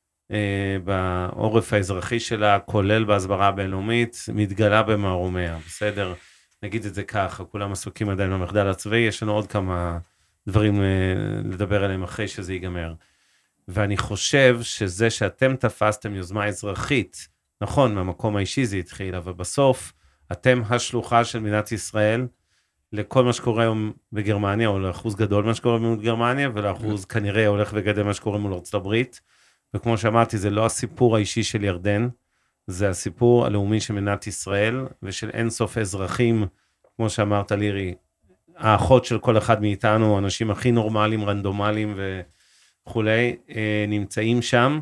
בעורף האזרחי שלה, כולל בהסברה הבינלאומית, מתגלה במערומיה, בסדר? נגיד את זה ככה, כולם עסוקים עדיין במחדל הצבאי, יש לנו עוד כמה דברים לדבר עליהם אחרי שזה ייגמר. ואני חושב שזה שאתם תפסתם יוזמה אזרחית, נכון, מהמקום האישי זה התחיל, אבל בסוף אתם השלוחה של מדינת ישראל, לכל מה שקורה היום בגרמניה, או לאחוז גדול מה שקורה מול גרמניה, ולאחוז כנראה הולך וגדל מה שקורה מול ארצות הברית, וכמו שאמרתי, זה לא הסיפור האישי של ירדן, זה הסיפור הלאומי של מדינת ישראל, ושל אינסוף אזרחים, כמו שאמרת לירי, האחות של כל אחד מאיתנו, האנשים הכי נורמליים, רנדומליים וכולי, נמצאים שם.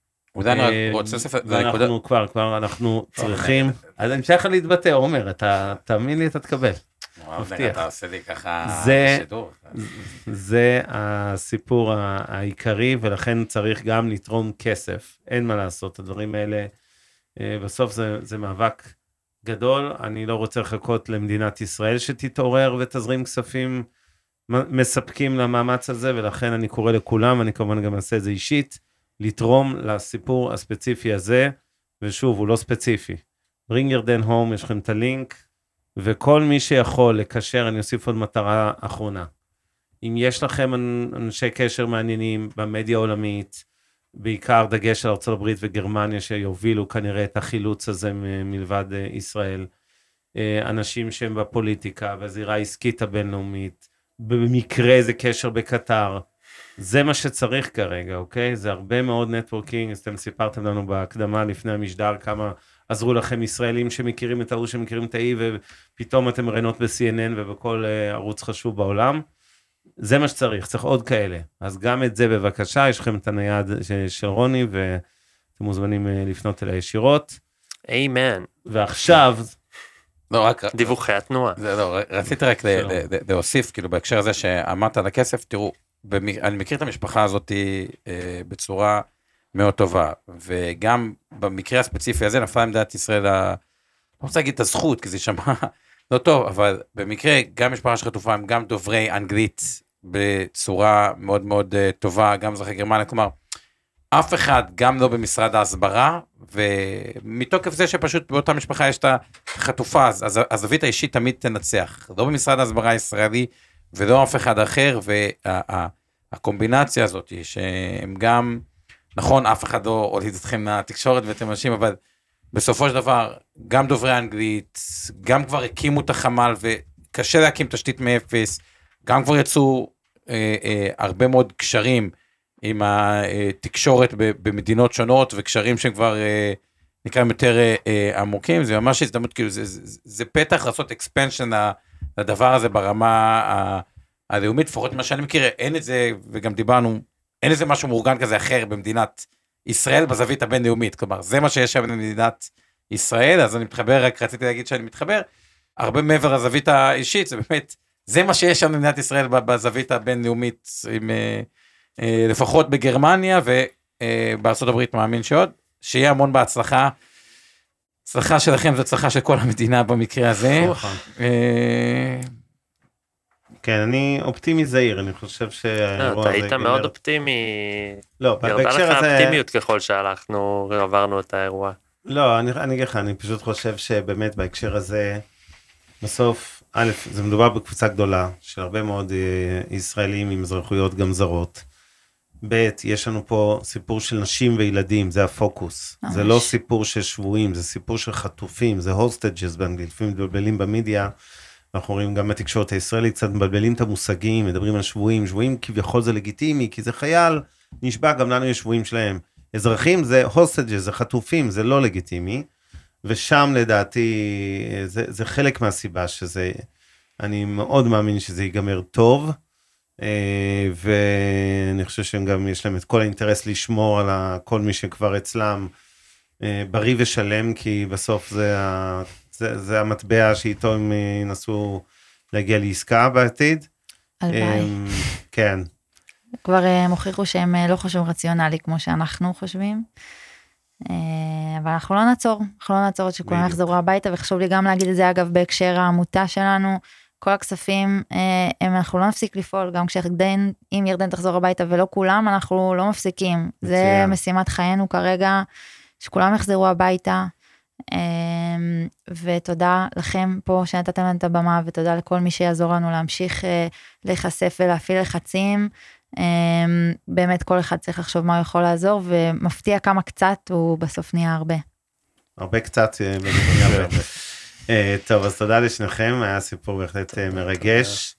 ואנחנו כבר, אנחנו צריכים, אז אני משייך להתבטא, עומר, אתה תאמין לי, אתה תקבל. מבטיח. אתה עושה לי ככה שידור. זה הסיפור העיקרי, ולכן צריך גם לתרום כסף. אין מה לעשות, הדברים האלה, בסוף זה מאבק גדול, אני לא רוצה לחכות למדינת ישראל שתתעורר ותזרים כספים מספקים למאמץ הזה, ולכן אני קורא לכולם, אני כמובן גם אעשה את זה אישית, לתרום לסיפור הספציפי הזה, ושוב, הוא לא ספציפי. ברינג ירדן הום, יש לכם את הלינק, וכל מי שיכול לקשר, אני אוסיף עוד מטרה אחרונה. אם יש לכם אנשי קשר מעניינים במדיה העולמית, בעיקר דגש על ארצות הברית וגרמניה, שיובילו כנראה את החילוץ הזה מלבד ישראל, אנשים שהם בפוליטיקה, והזירה העסקית הבינלאומית, במקרה זה קשר בקטר, זה מה שצריך כרגע, אוקיי? זה הרבה מאוד נטוורקינג, אז אתם סיפרתם לנו בהקדמה לפני המשדר, כמה עזרו לכם ישראלים שמכירים את ההוא, שמכירים את האי, ופתאום אתם ראיינות ב-CNN ובכל ערוץ חשוב בעולם. זה מה שצריך, צריך עוד כאלה. אז גם את זה בבקשה, יש לכם את הנייד של רוני, ואתם מוזמנים לפנות אליה ישירות. אמן. ועכשיו... לא, רק... דיווחי התנועה. לא, רציתי רק להוסיף, כאילו, בהקשר הזה שאמרת על הכסף, תראו, אני מכיר את המשפחה הזאת בצורה מאוד טובה, וגם במקרה הספציפי הזה נפלה עמדת ישראל, לא רוצה להגיד את הזכות, כי זה שמע לא טוב, אבל במקרה גם משפחה שחטופה הם גם דוברי אנגלית בצורה מאוד מאוד טובה, גם אזרחי גרמניה, כלומר, אף אחד גם לא במשרד ההסברה, ומתוקף זה שפשוט באותה משפחה יש את החטופה, אז הזווית האישית תמיד תנצח, לא במשרד ההסברה הישראלי, ולא אף אחד אחר, והקומבינציה הזאת, שהם גם, נכון, אף אחד לא הוליד אתכם מהתקשורת ואתם אנשים, אבל בסופו של דבר, גם דוברי אנגלית, גם כבר הקימו את החמ"ל, וקשה להקים תשתית מאפס, גם כבר יצאו הרבה מאוד קשרים, עם התקשורת במדינות שונות, וקשרים שהם כבר נקראים יותר עמוקים, זה ממש הזדמנות, כאילו זה פתח לעשות אקספנשן לדבר הזה ברמה הלאומית, לפחות מה שאני מכיר, אין את זה, וגם דיברנו, אין איזה משהו מאורגן כזה אחר במדינת ישראל, בזווית הבינלאומית, כלומר, זה מה שיש שם במדינת ישראל, אז אני מתחבר, רק רציתי להגיד שאני מתחבר, הרבה מעבר לזווית האישית, זה באמת, זה מה שיש שם במדינת ישראל, בזווית הבינלאומית, עם... לפחות בגרמניה ובארצות הברית מאמין שעוד, שיהיה המון בהצלחה, הצלחה שלכם זו הצלחה של כל המדינה במקרה הזה. כן, אני אופטימי זהיר, אני חושב אתה היית מאוד אופטימי, לא, ירדה לך אופטימיות ככל שהלכנו, עברנו את האירוע. לא, אני אגיד לך, אני פשוט חושב שבאמת בהקשר הזה, בסוף, א', זה מדובר בקבוצה גדולה, של הרבה מאוד ישראלים עם אזרחויות גם זרות, ב', יש לנו פה סיפור של נשים וילדים, זה הפוקוס. זה לא סיפור של שבויים, זה סיפור של חטופים, זה הוסטג'ס באנגלית, לפעמים מבלבלים במדיה, אנחנו רואים גם בתקשורת הישראלית, קצת מבלבלים את המושגים, מדברים על שבויים, שבויים כביכול זה לגיטימי, כי זה חייל, נשבע, גם לנו יש שבויים שלהם. אזרחים זה הוסטג'ס, זה חטופים, זה לא לגיטימי, ושם לדעתי, זה חלק מהסיבה שזה, אני מאוד מאמין שזה ייגמר טוב, ואני חושב שהם גם יש להם את כל האינטרס לשמור על כל מי שכבר אצלם בריא ושלם, כי בסוף זה המטבע שאיתו הם ינסו להגיע לעסקה בעתיד. הלוואי. כן. כבר הם הוכיחו שהם לא חושבים רציונלי כמו שאנחנו חושבים, אבל אנחנו לא נעצור עד שכולם יחזרו הביתה, וחשוב לי גם להגיד את זה אגב בהקשר העמותה שלנו, כל הכספים, אנחנו לא נפסיק לפעול, גם אם ירדן תחזור הביתה ולא כולם, אנחנו לא מפסיקים. זה משימת חיינו כרגע, שכולם יחזרו הביתה, ותודה לכם פה שנתתם לנו את הבמה, ותודה לכל מי שיעזור לנו להמשיך להיחשף ולהפעיל לחצים. באמת כל אחד צריך לחשוב מה הוא יכול לעזור, ומפתיע כמה קצת, הוא בסוף נהיה הרבה. הרבה קצת, טוב, אז תודה לשניכם, היה סיפור בהחלט מרגש,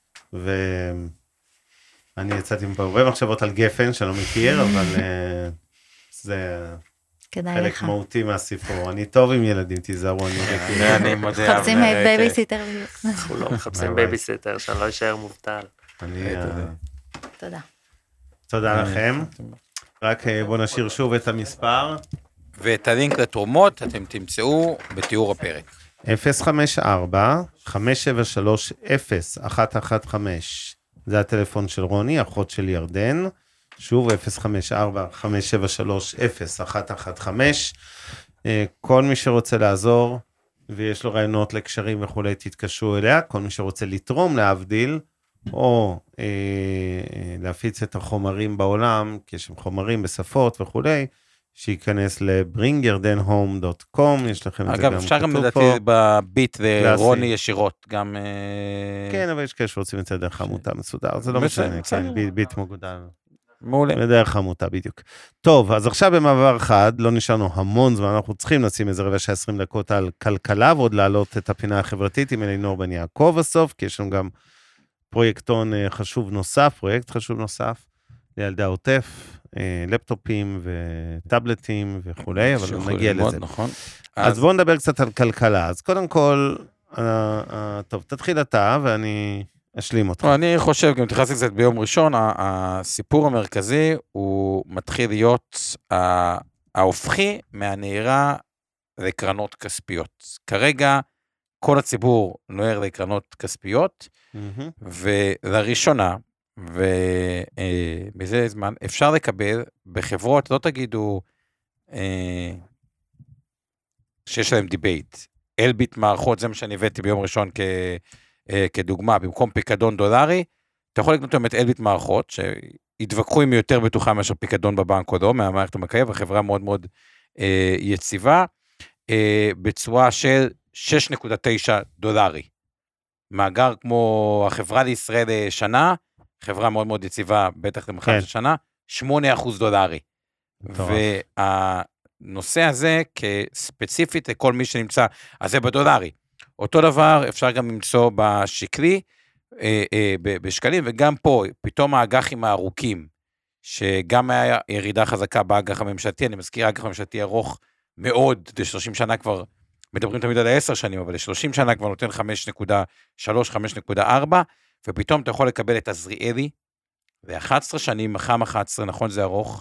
ואני יצאתי מפה הרבה מחשבות על גפן, שאני לא מכיר, אבל זה חלק מהותי מהסיפור. אני טוב עם ילדים, תיזהרו, אני מודה. מחפשים בייביסיטר. אנחנו לא מחפשים בייביסיטר, שאני לא אשאר מובטל. תודה. תודה לכם. רק בוא נשאיר שוב את המספר. ואת הלינק לתרומות אתם תמצאו בתיאור הפרק. 054-573-0115, זה הטלפון של רוני, אחות של ירדן, שוב 054-573-0115, כל מי שרוצה לעזור, ויש לו רעיונות לקשרים וכולי, תתקשרו אליה, כל מי שרוצה לתרום להבדיל, או להפיץ את החומרים בעולם, כי יש חומרים בשפות וכולי, שייכנס ל-bringyardenhome.com, יש לכם את זה גם כתוב פה. אגב, אפשר גם לדעתי בביט לרוני ישירות, גם... כן, אבל יש כאלה שרוצים את זה דרך עמותה מסודר, זה לא משנה, ביט מגודל. מעולה. בדרך עמותה, בדיוק. טוב, אז עכשיו במעבר אחד, לא נשארנו המון זמן, אנחנו צריכים לשים איזה 20 דקות על כלכלה, ועוד להעלות את הפינה החברתית עם אלינור בן יעקב בסוף, כי יש לנו גם פרויקט חשוב נוסף, לילדי העוטף, לפטופים וטאבלטים וכולי, אבל נגיע לזה. נכון. אז בואו נדבר קצת על כלכלה. אז קודם כל, טוב, תתחיל אתה ואני אשלים אותך. אני חושב, גם תכנסתי קצת ביום ראשון, הסיפור המרכזי הוא מתחיל להיות ההופכי מהנהירה לקרנות כספיות. כרגע כל הציבור נוער לקרנות כספיות, ולראשונה, ומזה זמן, אפשר לקבל בחברות, לא תגידו שיש להם דיבייט, אלביט מערכות, זה מה שאני הבאתי ביום ראשון כדוגמה, במקום פיקדון דולרי, אתה יכול לקנות את אלביט מערכות, שהתווכחו אם יותר בטוחה מאשר פיקדון בבנק או לא, מהמערכת המקייב, החברה מאוד מאוד יציבה, בצורה של 6.9 דולרי. מאגר כמו החברה לישראל שנה, חברה מאוד מאוד יציבה, בטח למחר של שנה, 8% דולרי. והנושא הזה כספציפית לכל מי שנמצא, אז זה בדולרי. אותו דבר אפשר גם למצוא בשקלי, בשקלים, וגם פה, פתאום האג"חים הארוכים, שגם היה ירידה חזקה באג"ח הממשלתי, אני מזכיר, האג"ח הממשלתי ארוך מאוד, ל-30 שנה כבר, מדברים תמיד על 10 שנים, אבל ל-30 שנה כבר נותן 5.3, 5.4, ופתאום אתה יכול לקבל את עזריאלי, ל-11 שנים, מחם 11, נכון זה ארוך,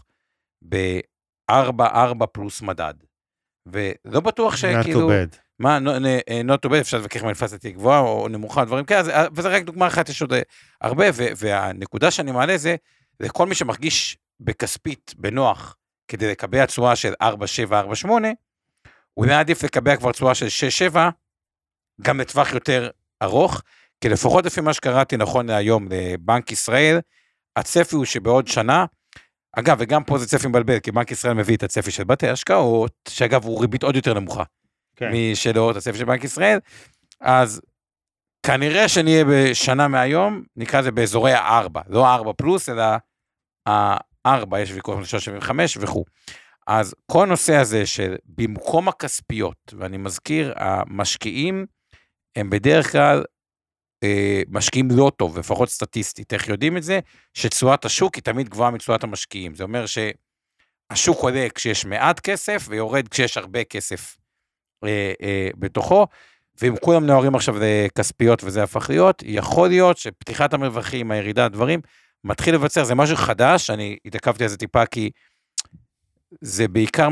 ב-4 פלוס מדד. ולא בטוח שכאילו... מה, not to bad, אפשר לבקר אם האינפלציה תהיה גבוהה או נמוכה, דברים כאלה, וזה רק דוגמה אחת, יש עוד הרבה, והנקודה שאני מעלה זה, לכל מי שמרגיש בכספית, בנוח, כדי לקבע צורה של 4.7, 4.8, הוא עדיף לקבע כבר צורה של 6.7, גם לטווח יותר ארוך, כי לפחות לפי מה שקראתי נכון להיום לבנק ישראל, הצפי הוא שבעוד שנה, אגב, וגם פה זה צפי מבלבל, כי בנק ישראל מביא את הצפי של בתי השקעות, שאגב הוא ריבית עוד יותר נמוכה, משלו את הצפי של בנק ישראל, אז כנראה שנהיה בשנה מהיום, נקרא זה באזורי 4, לא 4 פלוס, אלא 4, יש ויכוח ל-3.75 וכו'. אז כל הנושא הזה של במקום הכספיות, ואני מזכיר, המשקיעים הם בדרך כלל משקיעים לא טוב, לפחות סטטיסטית, איך יודעים את זה? שתשואת השוק היא תמיד גבוהה מתשואת המשקיעים, זה אומר שהשוק עולה כשיש מעט כסף, ויורד כשיש הרבה כסף בתוכו, ואם כולם נוערים עכשיו לכספיות וזה הפך להיות, יכול להיות שפתיחת המרווחים, הירידה, הדברים, מתחיל לבצר, זה משהו חדש, אני התעכבתי על זה טיפה, כי זה בעיקר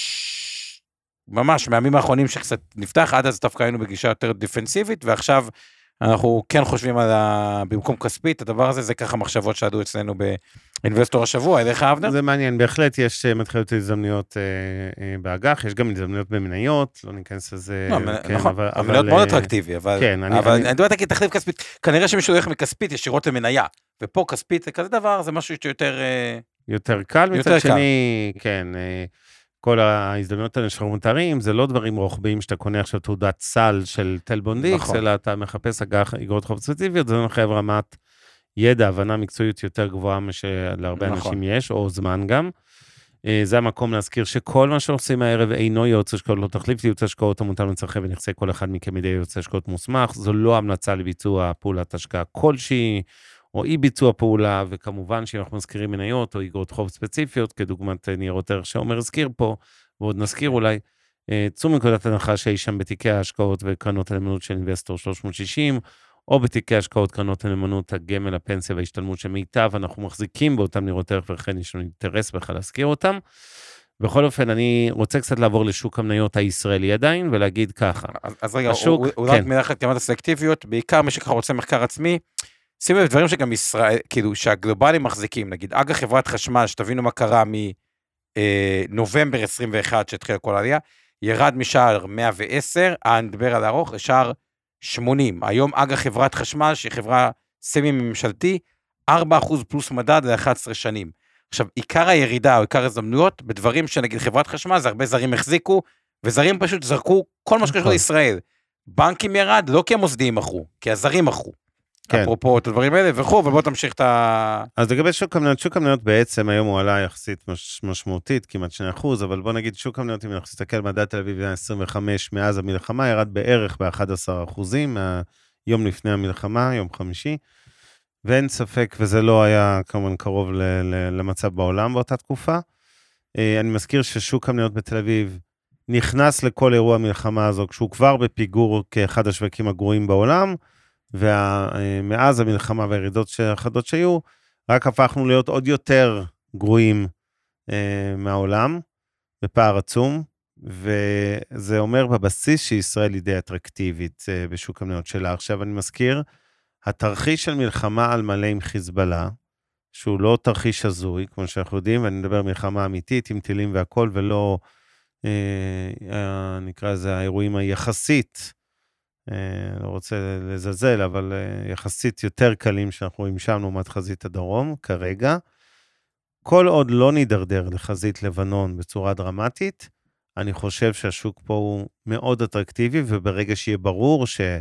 ממש מהימים האחרונים שקצת נפתח, עד אז דווקא היינו בגישה יותר דיפנסיבית, ועכשיו אנחנו כן חושבים על במקום כספית, הדבר הזה, זה ככה מחשבות שעדו אצלנו באינבסטור השבוע, אליך אבנר? זה מעניין, בהחלט יש מתחילות הזדמנויות באג"ח, יש גם הזדמנויות במניות, לא ניכנס לזה. נכון, המניות מאוד אטרקטיבי, אבל אני מדבר כי תחליף כספית, כנראה שמישהו הולך מכספית ישירות למניה, ופה כספית כזה דבר, זה משהו שיותר... יותר קל, מצד שני, כן, כל ההזדמנויות האלה שאנחנו מתארים, זה לא דברים רוחביים שאתה קונה עכשיו תעודת סל של טלבונדיקס, אלא אתה מחפש אגרות חוב ספציפיות, זה מחייב רמת ידע, הבנה מקצועית יותר גבוהה משלהרבה אנשים יש, או זמן גם. זה המקום להזכיר שכל מה שעושים הערב אינו ייעוץ השקעות, לא תחליף ייעוץ השקעות המוטל מצרכי ונכסי כל אחד מכם ידי ייעוץ השקעות מוסמך, זו לא המלצה לביצוע פעולת השקעה כלשהי, או אי ביצוע פעולה, וכמובן שאם אנחנו מזכירים מניות או אגרות חוב ספציפיות, כדוגמת ניירות ערך שעומר הזכיר פה, ועוד נזכיר אולי, צאו מנקודת הנחה שהיא שם בתיקי ההשקעות וקרנות הנאמנות של אינבסטור 360, או בתיקי השקעות קרנות הנאמנות, הגמל, הפנסיה וההשתלמות של מיטב, אנחנו מחזיקים באותם ניירות ערך, ולכן יש לנו אינטרס בכלל להזכיר אותם. בכל אופן, אני רוצה קצת לעבור לשוק המניות הישראלי עדיין, ולהגיד ככה. אז רגע, הוא רק מילה אחת כמעט הסלקטיביות, בעיקר מי שככה רוצה מחקר עצמי, שימו לב דברים שגם ישראל, כאילו שהגלובלים מחזיקים, נגיד אג"ח חברת חשמל, שתבינו מה קרה מנובמבר 21 שהתחילה כל העלייה, ירד משער 110, נדבר על הארוך, לשער 80. היום אג"ח חברת חשמל, שהיא חברה סמי ממשלתי, 4% פלוס מדד ל-11 שנים. עכשיו, עיקר הירידה או עיקר הזדמנויות, בדברים שנגיד חברת חשמל, זה הרבה זרים החזיקו, וזרים פשוט זרקו כל מה שקשור לישראל. בנקים ירד, לא כי המוסדיים מכרו, כי הזרים מכרו. כן. אפרופו את הדברים האלה וכו', ובוא תמשיך את ה... אז לגבי שוק המניות בעצם היום הוא עלה יחסית משמעותית, כמעט 2%, אבל בוא נגיד שוק המניות, אם אנחנו נסתכל מדד תל אביב 25 מאז המלחמה, ירד בערך ב-11%, מהיום לפני המלחמה, יום חמישי, ואין ספק, וזה לא היה כמובן קרוב למצב בעולם באותה תקופה. אני מזכיר ששוק המניות בתל אביב נכנס לכל אירוע המלחמה הזו, כשהוא כבר בפיגור כאחד השווקים הגרועים בעולם, ומאז המלחמה והירידות האחדות שהיו, רק הפכנו להיות עוד יותר גרועים מהעולם, בפער עצום, וזה אומר בבסיס שישראל היא די אטרקטיבית בשוק המניות שלה. עכשיו אני מזכיר, התרחיש של מלחמה על מלא עם חיזבאללה, שהוא לא תרחיש הזוי, כמו שאנחנו יודעים, ואני מדבר מלחמה אמיתית עם טילים והכל, ולא נקרא לזה האירועים היחסית, לא רוצה לזלזל, אבל יחסית יותר קלים שאנחנו רואים שם לעומת חזית הדרום כרגע. כל עוד לא נידרדר לחזית לבנון בצורה דרמטית, אני חושב שהשוק פה הוא מאוד אטרקטיבי, וברגע שיהיה ברור שאין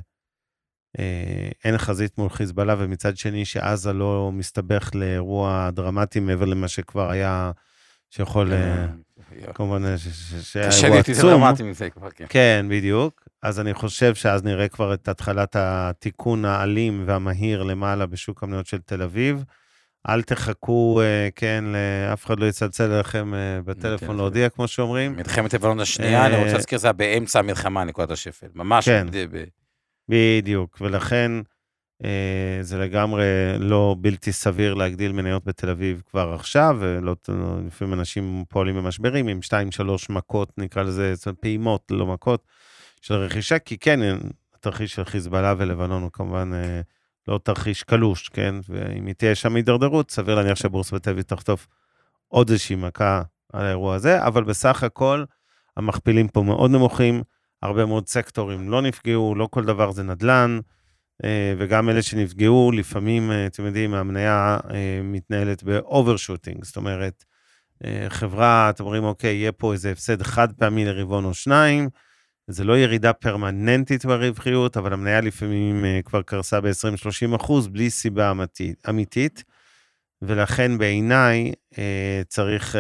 חזית מול חיזבאללה, ומצד שני שעזה לא מסתבך לאירוע דרמטי מעבר למה שכבר היה, שיכול, כמובן, שהיה אירוע עצום. כן, בדיוק. אז אני חושב שאז נראה כבר את התחלת התיקון האלים והמהיר למעלה בשוק המניות של תל אביב. אל תחכו, כן, אף אחד לא יצלצל לכם בטלפון להודיע, כמו שאומרים. מלחמת לבנון השנייה, אני רוצה להזכיר, זה היה באמצע המלחמה, נקודת השפל. ממש. כן, בדיוק. ולכן זה לגמרי לא בלתי סביר להגדיל מניות בתל אביב כבר עכשיו, ולפעמים אנשים פועלים במשברים, עם 2-3 מכות, נקרא לזה פעימות, לא מכות, של רכישה, כי כן, התרחיש של חיזבאללה ולבנון הוא כמובן לא תרחיש קלוש, כן? ואם היא תהיה שם הידרדרות, סביר להניח שהבורסה בתל אביב תחטוף עוד איזושהי מכה על האירוע הזה, אבל בסך הכל, המכפילים פה מאוד נמוכים, הרבה מאוד סקטורים לא נפגעו, לא כל דבר זה נדל"ן, וגם אלה שנפגעו, לפעמים, אתם יודעים, המניה מתנהלת באוברשוטינג, זאת אומרת, חברה, אתם אומרים, אוקיי, יהיה פה איזה הפסד חד פעמי לרבעון או שניים, זה לא ירידה פרמננטית ברווחיות, אבל המניה לפעמים כבר קרסה ב-20-30%, בלי סיבה אמיתית, ולכן בעיניי צריך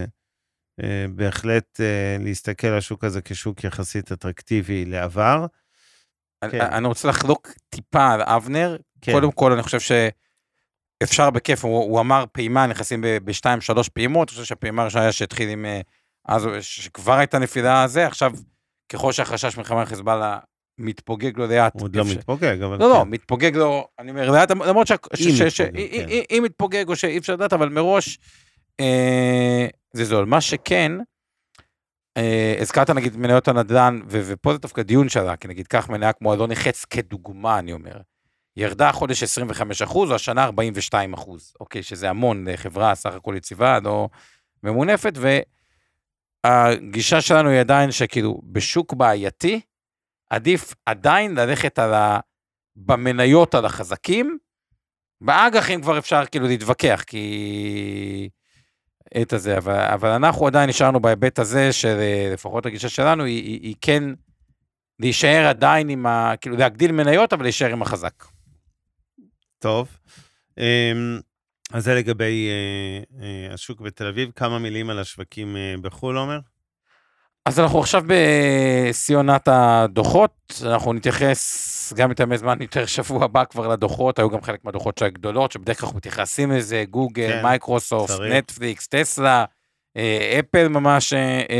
בהחלט להסתכל על השוק הזה כשוק יחסית אטרקטיבי לעבר. אני רוצה לחלוק טיפה על אבנר, קודם כל אני חושב שאפשר בכיף, הוא אמר פעימה, נכנסים ב-2-3 פעימות, אני חושב שהפעימה הראשונה שהתחיל עם, אז שכבר הייתה נפילה הזה, עכשיו ככל שהחשש מלחמה חיזבאללה מתפוגג לו לאט. הוא עוד לא מתפוגג, אבל... לא, מתפוגג לו, אני אומר, לאט, למרות שאם מתפוגג או שאי אפשר לדעת, אבל מראש זה זול. מה שכן, הזכרת נגיד מניות הנדל"ן, ופה זה דווקא דיון שלה, כי נגיד כך מניה כמו אלון נחץ כדוגמה, אני אומר, ירדה החודש 25%, או השנה 42%, אוקיי, שזה המון לחברה, סך הכל יציבה, לא ממונפת, והגישה שלנו היא עדיין שכאילו, בשוק בעייתי, עדיף עדיין ללכת במניות על החזקים, באג"חים כבר אפשר כאילו להתווכח, כי... את הזה, אבל אנחנו עדיין נשארנו בהיבט הזה, שלפחות הגישה שלנו, היא כן להישאר עדיין עם כאילו להגדיל מניות, אבל להישאר עם החזק. טוב, אז זה לגבי השוק בתל אביב, כמה מילים על השווקים בחול, עומר? אז אנחנו עכשיו בסיונת הדוחות, אנחנו נתייחס גם יותר זמן, יותר שבוע הבא כבר לדוחות, היו גם חלק מהדוחות של הגדולות, שבדרך כלל אנחנו מתייחסים לזה, גוגל, מייקרוסופט, נטפליקס, טסלה, אפל ממש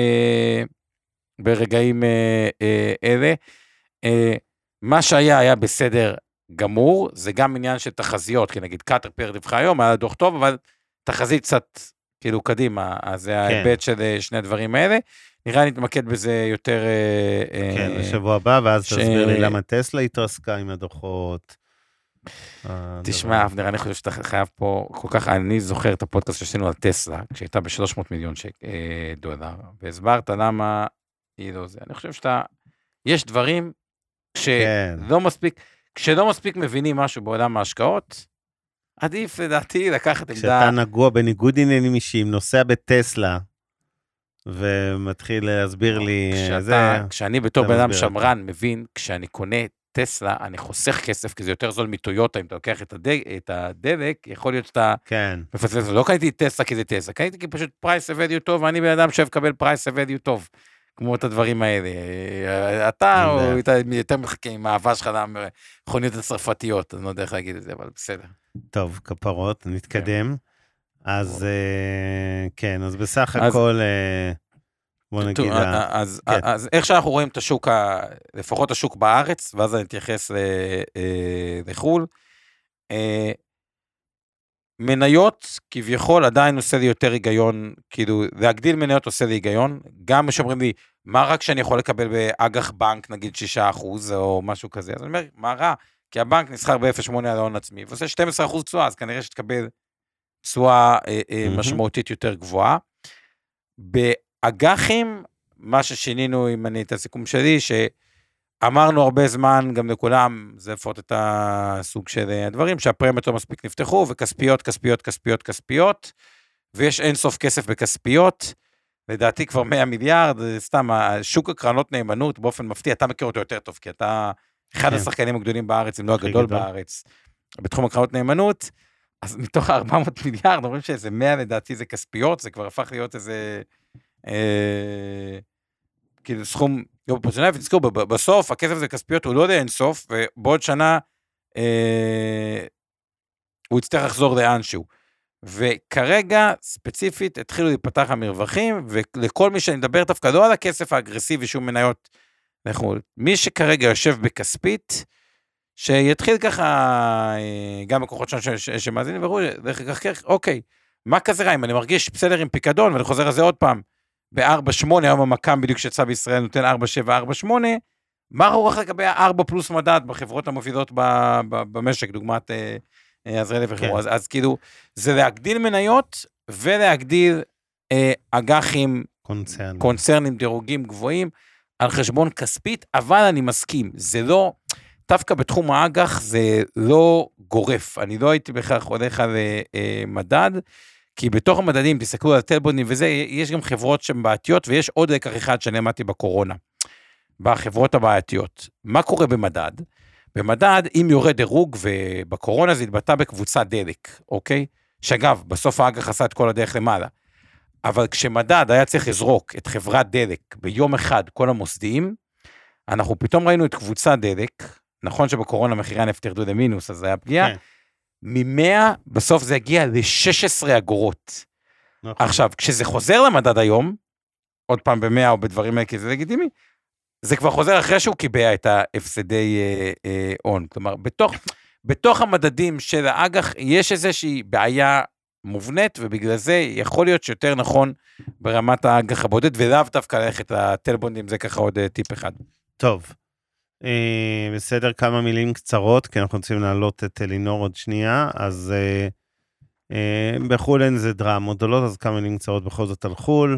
ברגעים אלה. מה היה בסדר גמור, זה גם עניין של תחזיות, כי נגיד קטרפילר דיווחה היום, היה דוח טוב, אבל תחזית קצת כאילו קדימה, אז זה ההיבט של שני הדברים האלה. נראה נתמקד בזה יותר... כן, לשבוע הבא, ואז תסביר לי למה טסלה התרסקה עם הדוחות. תשמע, אבנר, אני חושב שאתה חייב פה, כל כך, אני זוכר את הפודקאסט שעשינו על טסלה, כשהייתה ב$300 מיליון דולר, והסברת למה היא לא זה. אני חושב יש דברים כשלא מספיק מבינים משהו בעולם ההשקעות, עדיף לדעתי לקחת עמדה... כשאתה נגוע בניגוד עניינים אישיים, נוסע בטסלה, ומתחיל להסביר לי... כשאני בתור בן אדם שמרן מבין, כשאני קונה טסלה, אני חוסך כסף, כי זה יותר זול מטויוטה, אם אתה לוקח את הדלק, יכול להיות שאתה מפספס, לא קניתי טסלה כי זה טסלה, קניתי כי פשוט פרייס value טוב, ואני בן אדם שאוהב לקבל פרייס value טוב. כמו את הדברים האלה. אתה או אתה יותר מחכה עם האהבה שלך למכוניות הצרפתיות, אני לא יודע איך להגיד את זה, אבל בסדר. טוב, כפרות, נתקדם. אז כן, אז בסך הכל, בוא נגיד... אז איך שאנחנו רואים את השוק, לפחות השוק בארץ, ואז אני אתייחס לחול, מניות כביכול עדיין עושה לי יותר היגיון, כאילו להגדיל מניות עושה לי היגיון, גם שאומרים לי, מה רק שאני יכול לקבל באג"ח בנק, נגיד 6% או משהו כזה, אז אני אומר, מה רע? כי הבנק נסחר ב-0.8 על ההון עצמי, ועושה 12% תשואה, אז כנראה שתקבל תשואה משמעותית יותר גבוהה. באג"חים, מה ששינינו, אם אני את הסיכום שלי, שאמרנו הרבה זמן, גם לכולם, זה לפחות את הסוג של הדברים, שהפרמיות לא מספיק נפתחו, וכספיות, כספיות, כספיות, כספיות, ויש אין סוף כסף בכספיות, לדעתי כבר 100 מיליארד, סתם, שוק הקרנות נאמנות, באופן מפתיע, אתה מכיר אותו יותר טוב, כי אתה אחד השחקנים הגדולים בארץ, אם לא הגדול בארץ, בתחום הקרנות נאמנות, אז מתוך 400 מיליארד, אומרים שאיזה 100 לדעתי זה כספיות, זה כבר הפך להיות איזה, כאילו סכום, לא בפרסונלי, ותזכור, בסוף הכסף הזה כספיות, הוא לא יודע אין סוף, ובעוד שנה, הוא יצטרך לחזור לאנשהו. וכרגע, ספציפית, התחילו להיפתח המרווחים, ולכל מי שאני מדבר דווקא לא על הכסף האגרסיבי, שום מניות, מי שכרגע יושב בכספית, שיתחיל ככה, גם הכוחות שמאזינים, וראו, אוקיי, מה כזה רע, אם אני מרגיש בסדר עם פיקדון, ואני חוזר על זה עוד פעם, ב-4.8, היום המקם בדיוק שיצא בישראל, נותן 4.7, 4.8, מה רוח לגבי 4 פלוס מדד, בחברות המובילות במשק, דוגמת עזריאלי וחברו, אז כאילו, זה להגדיל מניות, ולהגדיל אג"חים, קונצרנים, דירוגים גבוהים, על חשבון כספית, אבל אני מסכים, זה לא, דווקא בתחום האג"ח זה לא גורף, אני לא הייתי בכך הולך על מדד, כי בתוך המדדים, תסתכלו על טלבונים וזה, יש גם חברות שהן בעייתיות, ויש עוד לקח אחד שאני אמרתי בקורונה, בחברות הבעייתיות. מה קורה במדד? במדד, אם יורד דירוג, ובקורונה זה התבטא בקבוצה דלק, אוקיי? שאגב, בסוף האג"ח עשה את כל הדרך למעלה, אבל כשמדד היה צריך לזרוק את חברת דלק ביום אחד, כל המוסדיים, אנחנו פתאום ראינו את קבוצה דלק, נכון שבקורונה מחירי הנפט ירדו למינוס, אז זה היה פגיעה, מ-100 בסוף זה הגיע ל-16 אגורות. עכשיו, כשזה חוזר למדד היום, עוד פעם ב-100 או בדברים האלה, כי זה לגיטימי, זה כבר חוזר אחרי שהוא קיבע את ההפסדי הון. כלומר, בתוך המדדים של האג"ח, יש איזושהי בעיה מובנית, ובגלל זה יכול להיות שיותר נכון ברמת האג"ח הבודד, ולאו דווקא ללכת לטלבונים, זה ככה עוד טיפ אחד. טוב, בסדר, כמה מילים קצרות, כי אנחנו רוצים להעלות את אלינור עוד שנייה, אז בחול אין זה דרמות גדולות, אז כמה מילים קצרות בכל זאת על חול,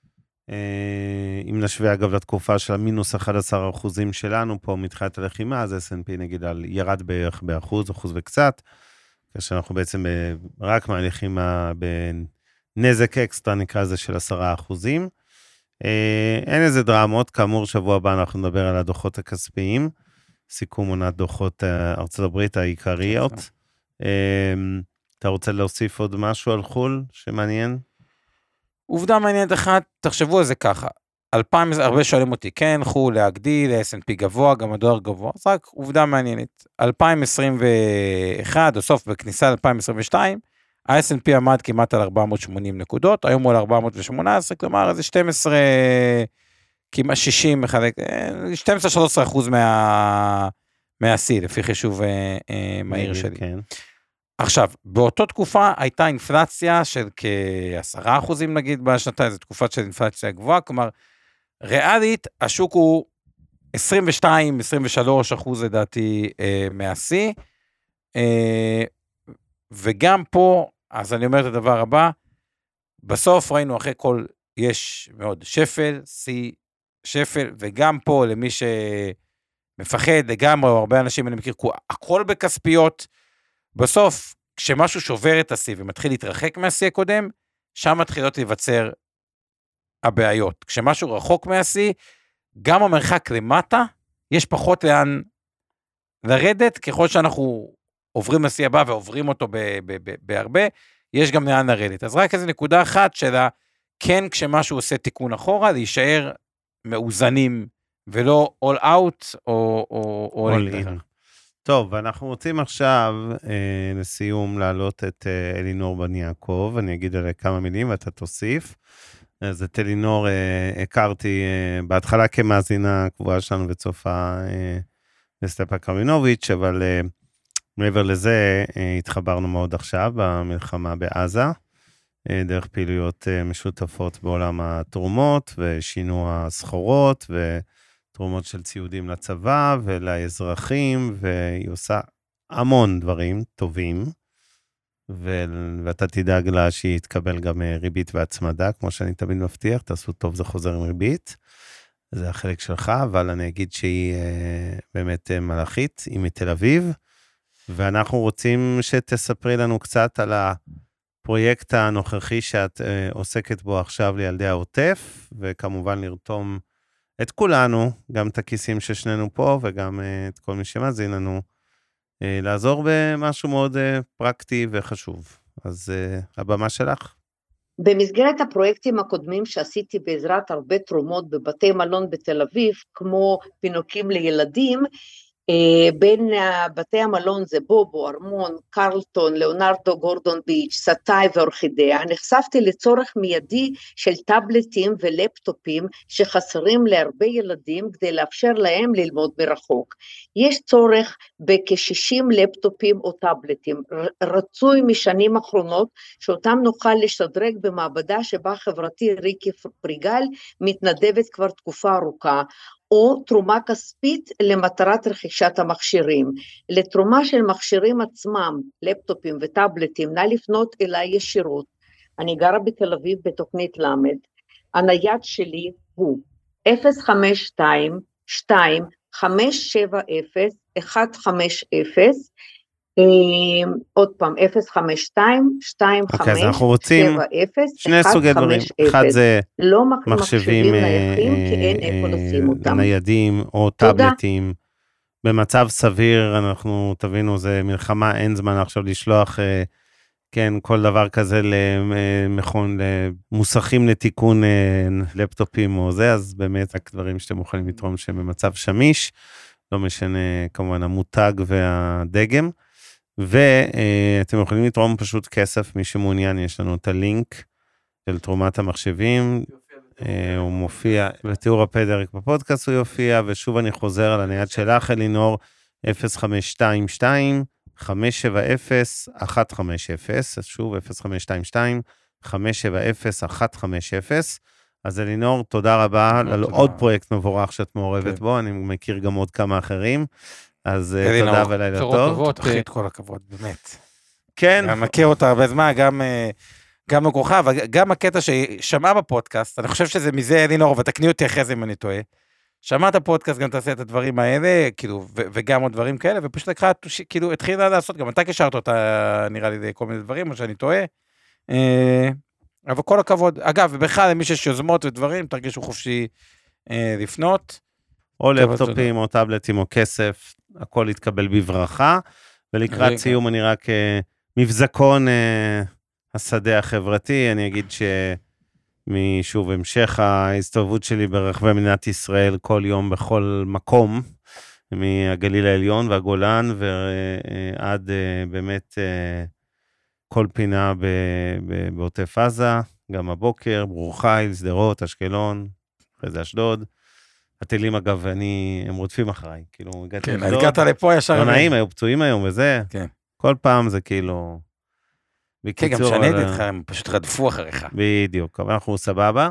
אם נשווה אגב לתקופה של המינוס 11% שלנו פה מתחילת הלחימה, אז S&P נגיד ירד בערך ב1% וקצת, כאשר אנחנו בעצם רק מהלכים בנזק אקסטרה נקרא זה של 10%. אין איזה דרמות, כאמור שבוע הבא אנחנו נדבר על הדוחות הכספיים, סיכום עונת דוחות ארצות הברית העיקריות. אתה רוצה להוסיף עוד משהו על חול שמעניין? עובדה מעניינת אחת, תחשבו על זה ככה, הרבה שואלים אותי, כן, חול להגדיל, S&P גבוה, גם הדולר גבוה, אז רק עובדה מעניינת, 2021, או סוף בכניסה ל-2022, ה-S&P עמד כמעט על 480 נקודות, היום הוא על 418, כלומר, זה 12, כמעט 60, 12-13% מהשיא, לפי חישוב מהיר שלי. כן. עכשיו, באותו תקופה הייתה אינפלציה של כ10% נגיד בשנתיים, זו תקופה של אינפלציה גבוהה, כלומר, ריאלית, השוק הוא 22-23% לדעתי מהשיא, וגם פה, אז אני אומר את הדבר הבא, בסוף ראינו אחרי כל, יש מאוד שפל, שפל, וגם פה למי שמפחד לגמרי, או הרבה אנשים אני מכיר, הכל בכספיות, בסוף, כשמשהו שובר את השיא ומתחיל להתרחק מהשיא הקודם, שם מתחילות להיווצר הבעיות. כשמשהו רחוק מהשיא, גם המרחק למטה, יש פחות לאן לרדת, ככל שאנחנו עוברים לשיא הבא ועוברים אותו בהרבה, יש גם לאן לרדת. אז רק איזו נקודה אחת שלה, כן כשמשהו עושה תיקון אחורה, להישאר מאוזנים, ולא all out או all in. טוב, אנחנו רוצים עכשיו לסיום להעלות את אלינור בן יעקב, אני אגיד עליה כמה מילים ואתה תוסיף. אז את אלינור הכרתי בהתחלה כמאזינה קבועה שלנו וצופה לסטפאק רבינוביץ', אבל מעבר לזה התחברנו מאוד עכשיו במלחמה בעזה, דרך פעילויות משותפות בעולם התרומות ושינוע סחורות ותרומות של ציודים לצבא ולאזרחים, והיא עושה המון דברים טובים, ואתה תדאג לה שהיא תקבל גם ריבית והצמדה, כמו שאני תמיד מבטיח, תעשו טוב זה חוזר עם ריבית, זה החלק שלך, אבל אני אגיד שהיא באמת מלאכית, היא מתל אביב, ואנחנו רוצים שתספרי לנו קצת על הפרויקט הנוכחי שאת עוסקת בו עכשיו לילדי העוטף, וכמובן לרתום את כולנו, גם את הכיסים ששנינו פה, וגם את כל מי שמאזין לנו, לעזור במשהו מאוד פרקטי וחשוב. אז הבמה שלך. במסגרת הפרויקטים הקודמים שעשיתי בעזרת הרבה תרומות בבתי מלון בתל אביב, כמו פינוקים לילדים, בין בתי המלון זה בובו, ארמון, קרלטון, ליאונרדו, גורדון ביץ', סטאי ואורחידאה, נחשפתי לצורך מיידי של טאבלטים ולפטופים שחסרים להרבה ילדים כדי לאפשר להם ללמוד מרחוק. יש צורך בכ-60 לפטופים או טאבלטים, רצוי משנים אחרונות שאותם נוכל לשדרג במעבדה שבה חברתי ריקי פריגל מתנדבת כבר תקופה ארוכה, או תרומה כספית למטרת רכישת המכשירים. לתרומה של מכשירים עצמם, לפטופים וטאבלטים, נא לפנות אליי ישירות. אני גרה בתל אביב בתוכנית למד. הנייד שלי הוא 052-2570-150, עוד פעם, 052-2570-150. אז אנחנו רוצים שני סוגי דברים. אחד זה מחשבים ניידים או טאבלטים. במצב סביר, אנחנו תבינו, זה מלחמה, אין זמן עכשיו לשלוח, כן, כל דבר כזה למכון, למוסכים לתיקון לפטופים או זה, אז באמת רק דברים שאתם יכולים לתרום שהם במצב שמיש, לא משנה כמובן המותג והדגם. ואתם יכולים לתרום פשוט כסף, מי שמעוניין, יש לנו את הלינק של תרומת המחשבים, הוא מופיע בתיאור הפרק בפודקאסט, הוא יופיע, ושוב אני חוזר על הנייד שלך, אלינור, 0522-570-150, אז שוב, 0522-570-150, אז אלינור, תודה רבה על עוד פרויקט מבורך שאת מעורבת בו, אני מכיר גם עוד כמה אחרים, אז תודה ולילה טוב. תחית כל הכבוד, באמת. כן. אני מכיר אותה הרבה זמן, גם מקוחה, וגם הקטע ששמע בפודקאסט, אני חושב שזה מזה אלינור, ותקני אותי אחרי זה אם אני טועה, שמעת הפודקאסט, גם תעשה את הדברים האלה, כאילו, וגם עוד דברים כאלה, ופשוט לקחה, כאילו, התחילה לעשות, גם אתה קשרת אותה, נראה לי, כל מיני דברים, או שאני טועה, אבל כל הכבוד. אגב, ובכלל, למי שיש יוזמות ודברים, תרגישו חופשי לפנות. או לפטופים, או טאבלטים, או כסף, הכל יתקבל בברכה, ולקראת סיום אני רק מבזקון השדה החברתי, אני אגיד שמשוב המשך ההסתובבות שלי ברחבי מדינת ישראל, כל יום בכל מקום, מהגליל העליון והגולן, ועד באמת כל פינה בעוטף עזה, גם הבוקר, ברור חיל, שדרות, אשקלון, אחרי זה אשדוד, הטילים אגב, הם רודפים אחריי, כאילו, הגעתי כן, הגעת לפה ישר. לא נעים, היו פצועים היום וזה, כן. כל פעם זה כאילו, כן, גם שניתי איתך, הם פשוט רדפו אחריך. בדיוק, אבל אנחנו סבבה.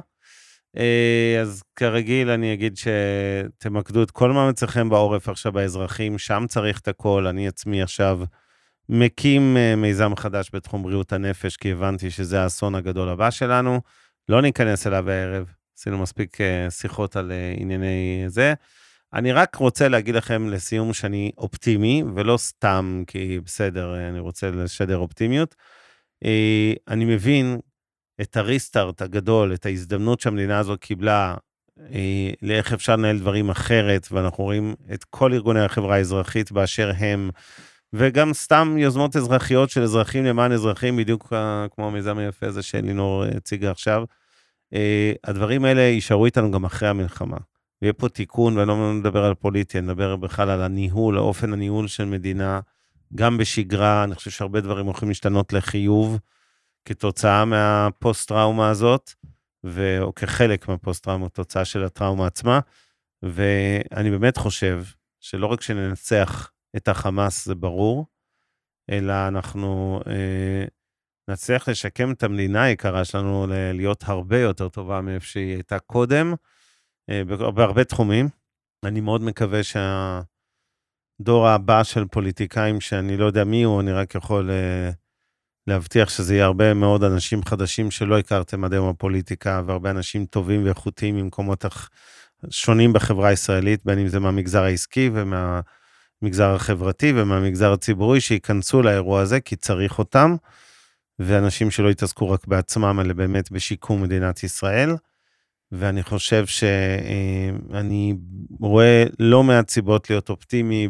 אז כרגיל אני אגיד שתמקדו את כל מאמציכם בעורף עכשיו באזרחים, שם צריך את הכל, אני עצמי עכשיו מקים מיזם חדש בתחום בריאות הנפש, כי הבנתי שזה האסון הגדול הבא שלנו, לא ניכנס אליו בערב, עשינו מספיק שיחות על ענייני זה. אני רק רוצה להגיד לכם לסיום שאני אופטימי, ולא סתם, כי בסדר, אני רוצה לשדר אופטימיות. אני מבין את הריסטארט הגדול, את ההזדמנות שהמדינה הזאת קיבלה, לאיך אפשר לנהל דברים אחרת, ואנחנו רואים את כל ארגוני החברה האזרחית באשר הם, וגם סתם יוזמות אזרחיות של אזרחים למען אזרחים, בדיוק כמו המיזם היפה הזה שאלינור הציגה עכשיו, הדברים האלה יישארו איתנו גם אחרי המלחמה. ויהיה פה תיקון, ואני לא מדבר על פוליטי, אני מדבר בכלל על הניהול, האופן הניהול של מדינה, גם בשגרה, אני חושב שהרבה דברים הולכים להשתנות לחיוב, כתוצאה מהפוסט-טראומה הזאת, או כחלק מהפוסט-טראומה, תוצאה של הטראומה עצמה, ואני באמת חושב שלא רק שננצח את החמאס, זה ברור, אלא אנחנו נצליח לשקם את המדינה היקרה שלנו, להיות הרבה יותר טובה מאיפה שהיא הייתה קודם, בהרבה תחומים. אני מאוד מקווה שהדור הבא של פוליטיקאים, שאני לא יודע מי הוא, אני רק יכול להבטיח שזה יהיה הרבה מאוד אנשים חדשים שלא הכרתם עד היום הפוליטיקה, והרבה אנשים טובים ואיכותיים ממקומות שונים בחברה הישראלית, בין אם זה מהמגזר העסקי ומהמגזר החברתי ומהמגזר הציבורי, שיכנסו לאירוע הזה, כי צריך אותם, ואנשים שלא יתעסקו רק בעצמם, אלא באמת בשיקום מדינת ישראל, ואני חושב שאני רואה לא מעט סיבות להיות אופטימי,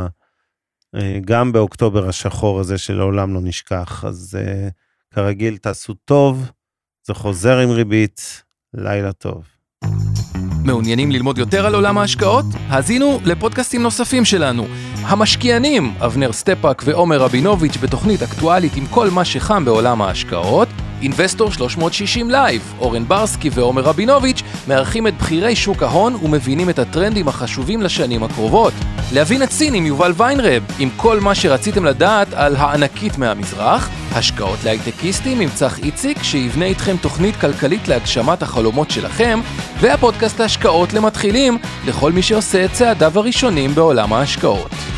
גם באוקטובר השחור הזה שלעולם לא נשכח, אז כרגיל תעשו טוב, זה חוזר עם ריבית, לילה טוב. מעוניינים ללמוד יותר על עולם ההשקעות? האזינו לפודקאסטים נוספים שלנו. המשקיענים, אבנר סטפאק ועומר רבינוביץ' בתוכנית אקטואלית עם כל מה שחם בעולם ההשקעות. אינבסטור 360 לייב, אורן ברסקי ועומר רבינוביץ' מארחים את בחירי שוק ההון ומבינים את הטרנדים החשובים לשנים הקרובות. להבין את סין עם יובל ויינרב, עם כל מה שרציתם לדעת על הענקית מהמזרח. השקעות להייטקיסטים עם צח איציק, שיבנה איתכם תוכנית כלכלית להגשמת החלומות שלכם, והפודקאסט ההשקעות למתחילים, לכל מי שעושה את צעדיו הראשונים בעולם ההשקעות.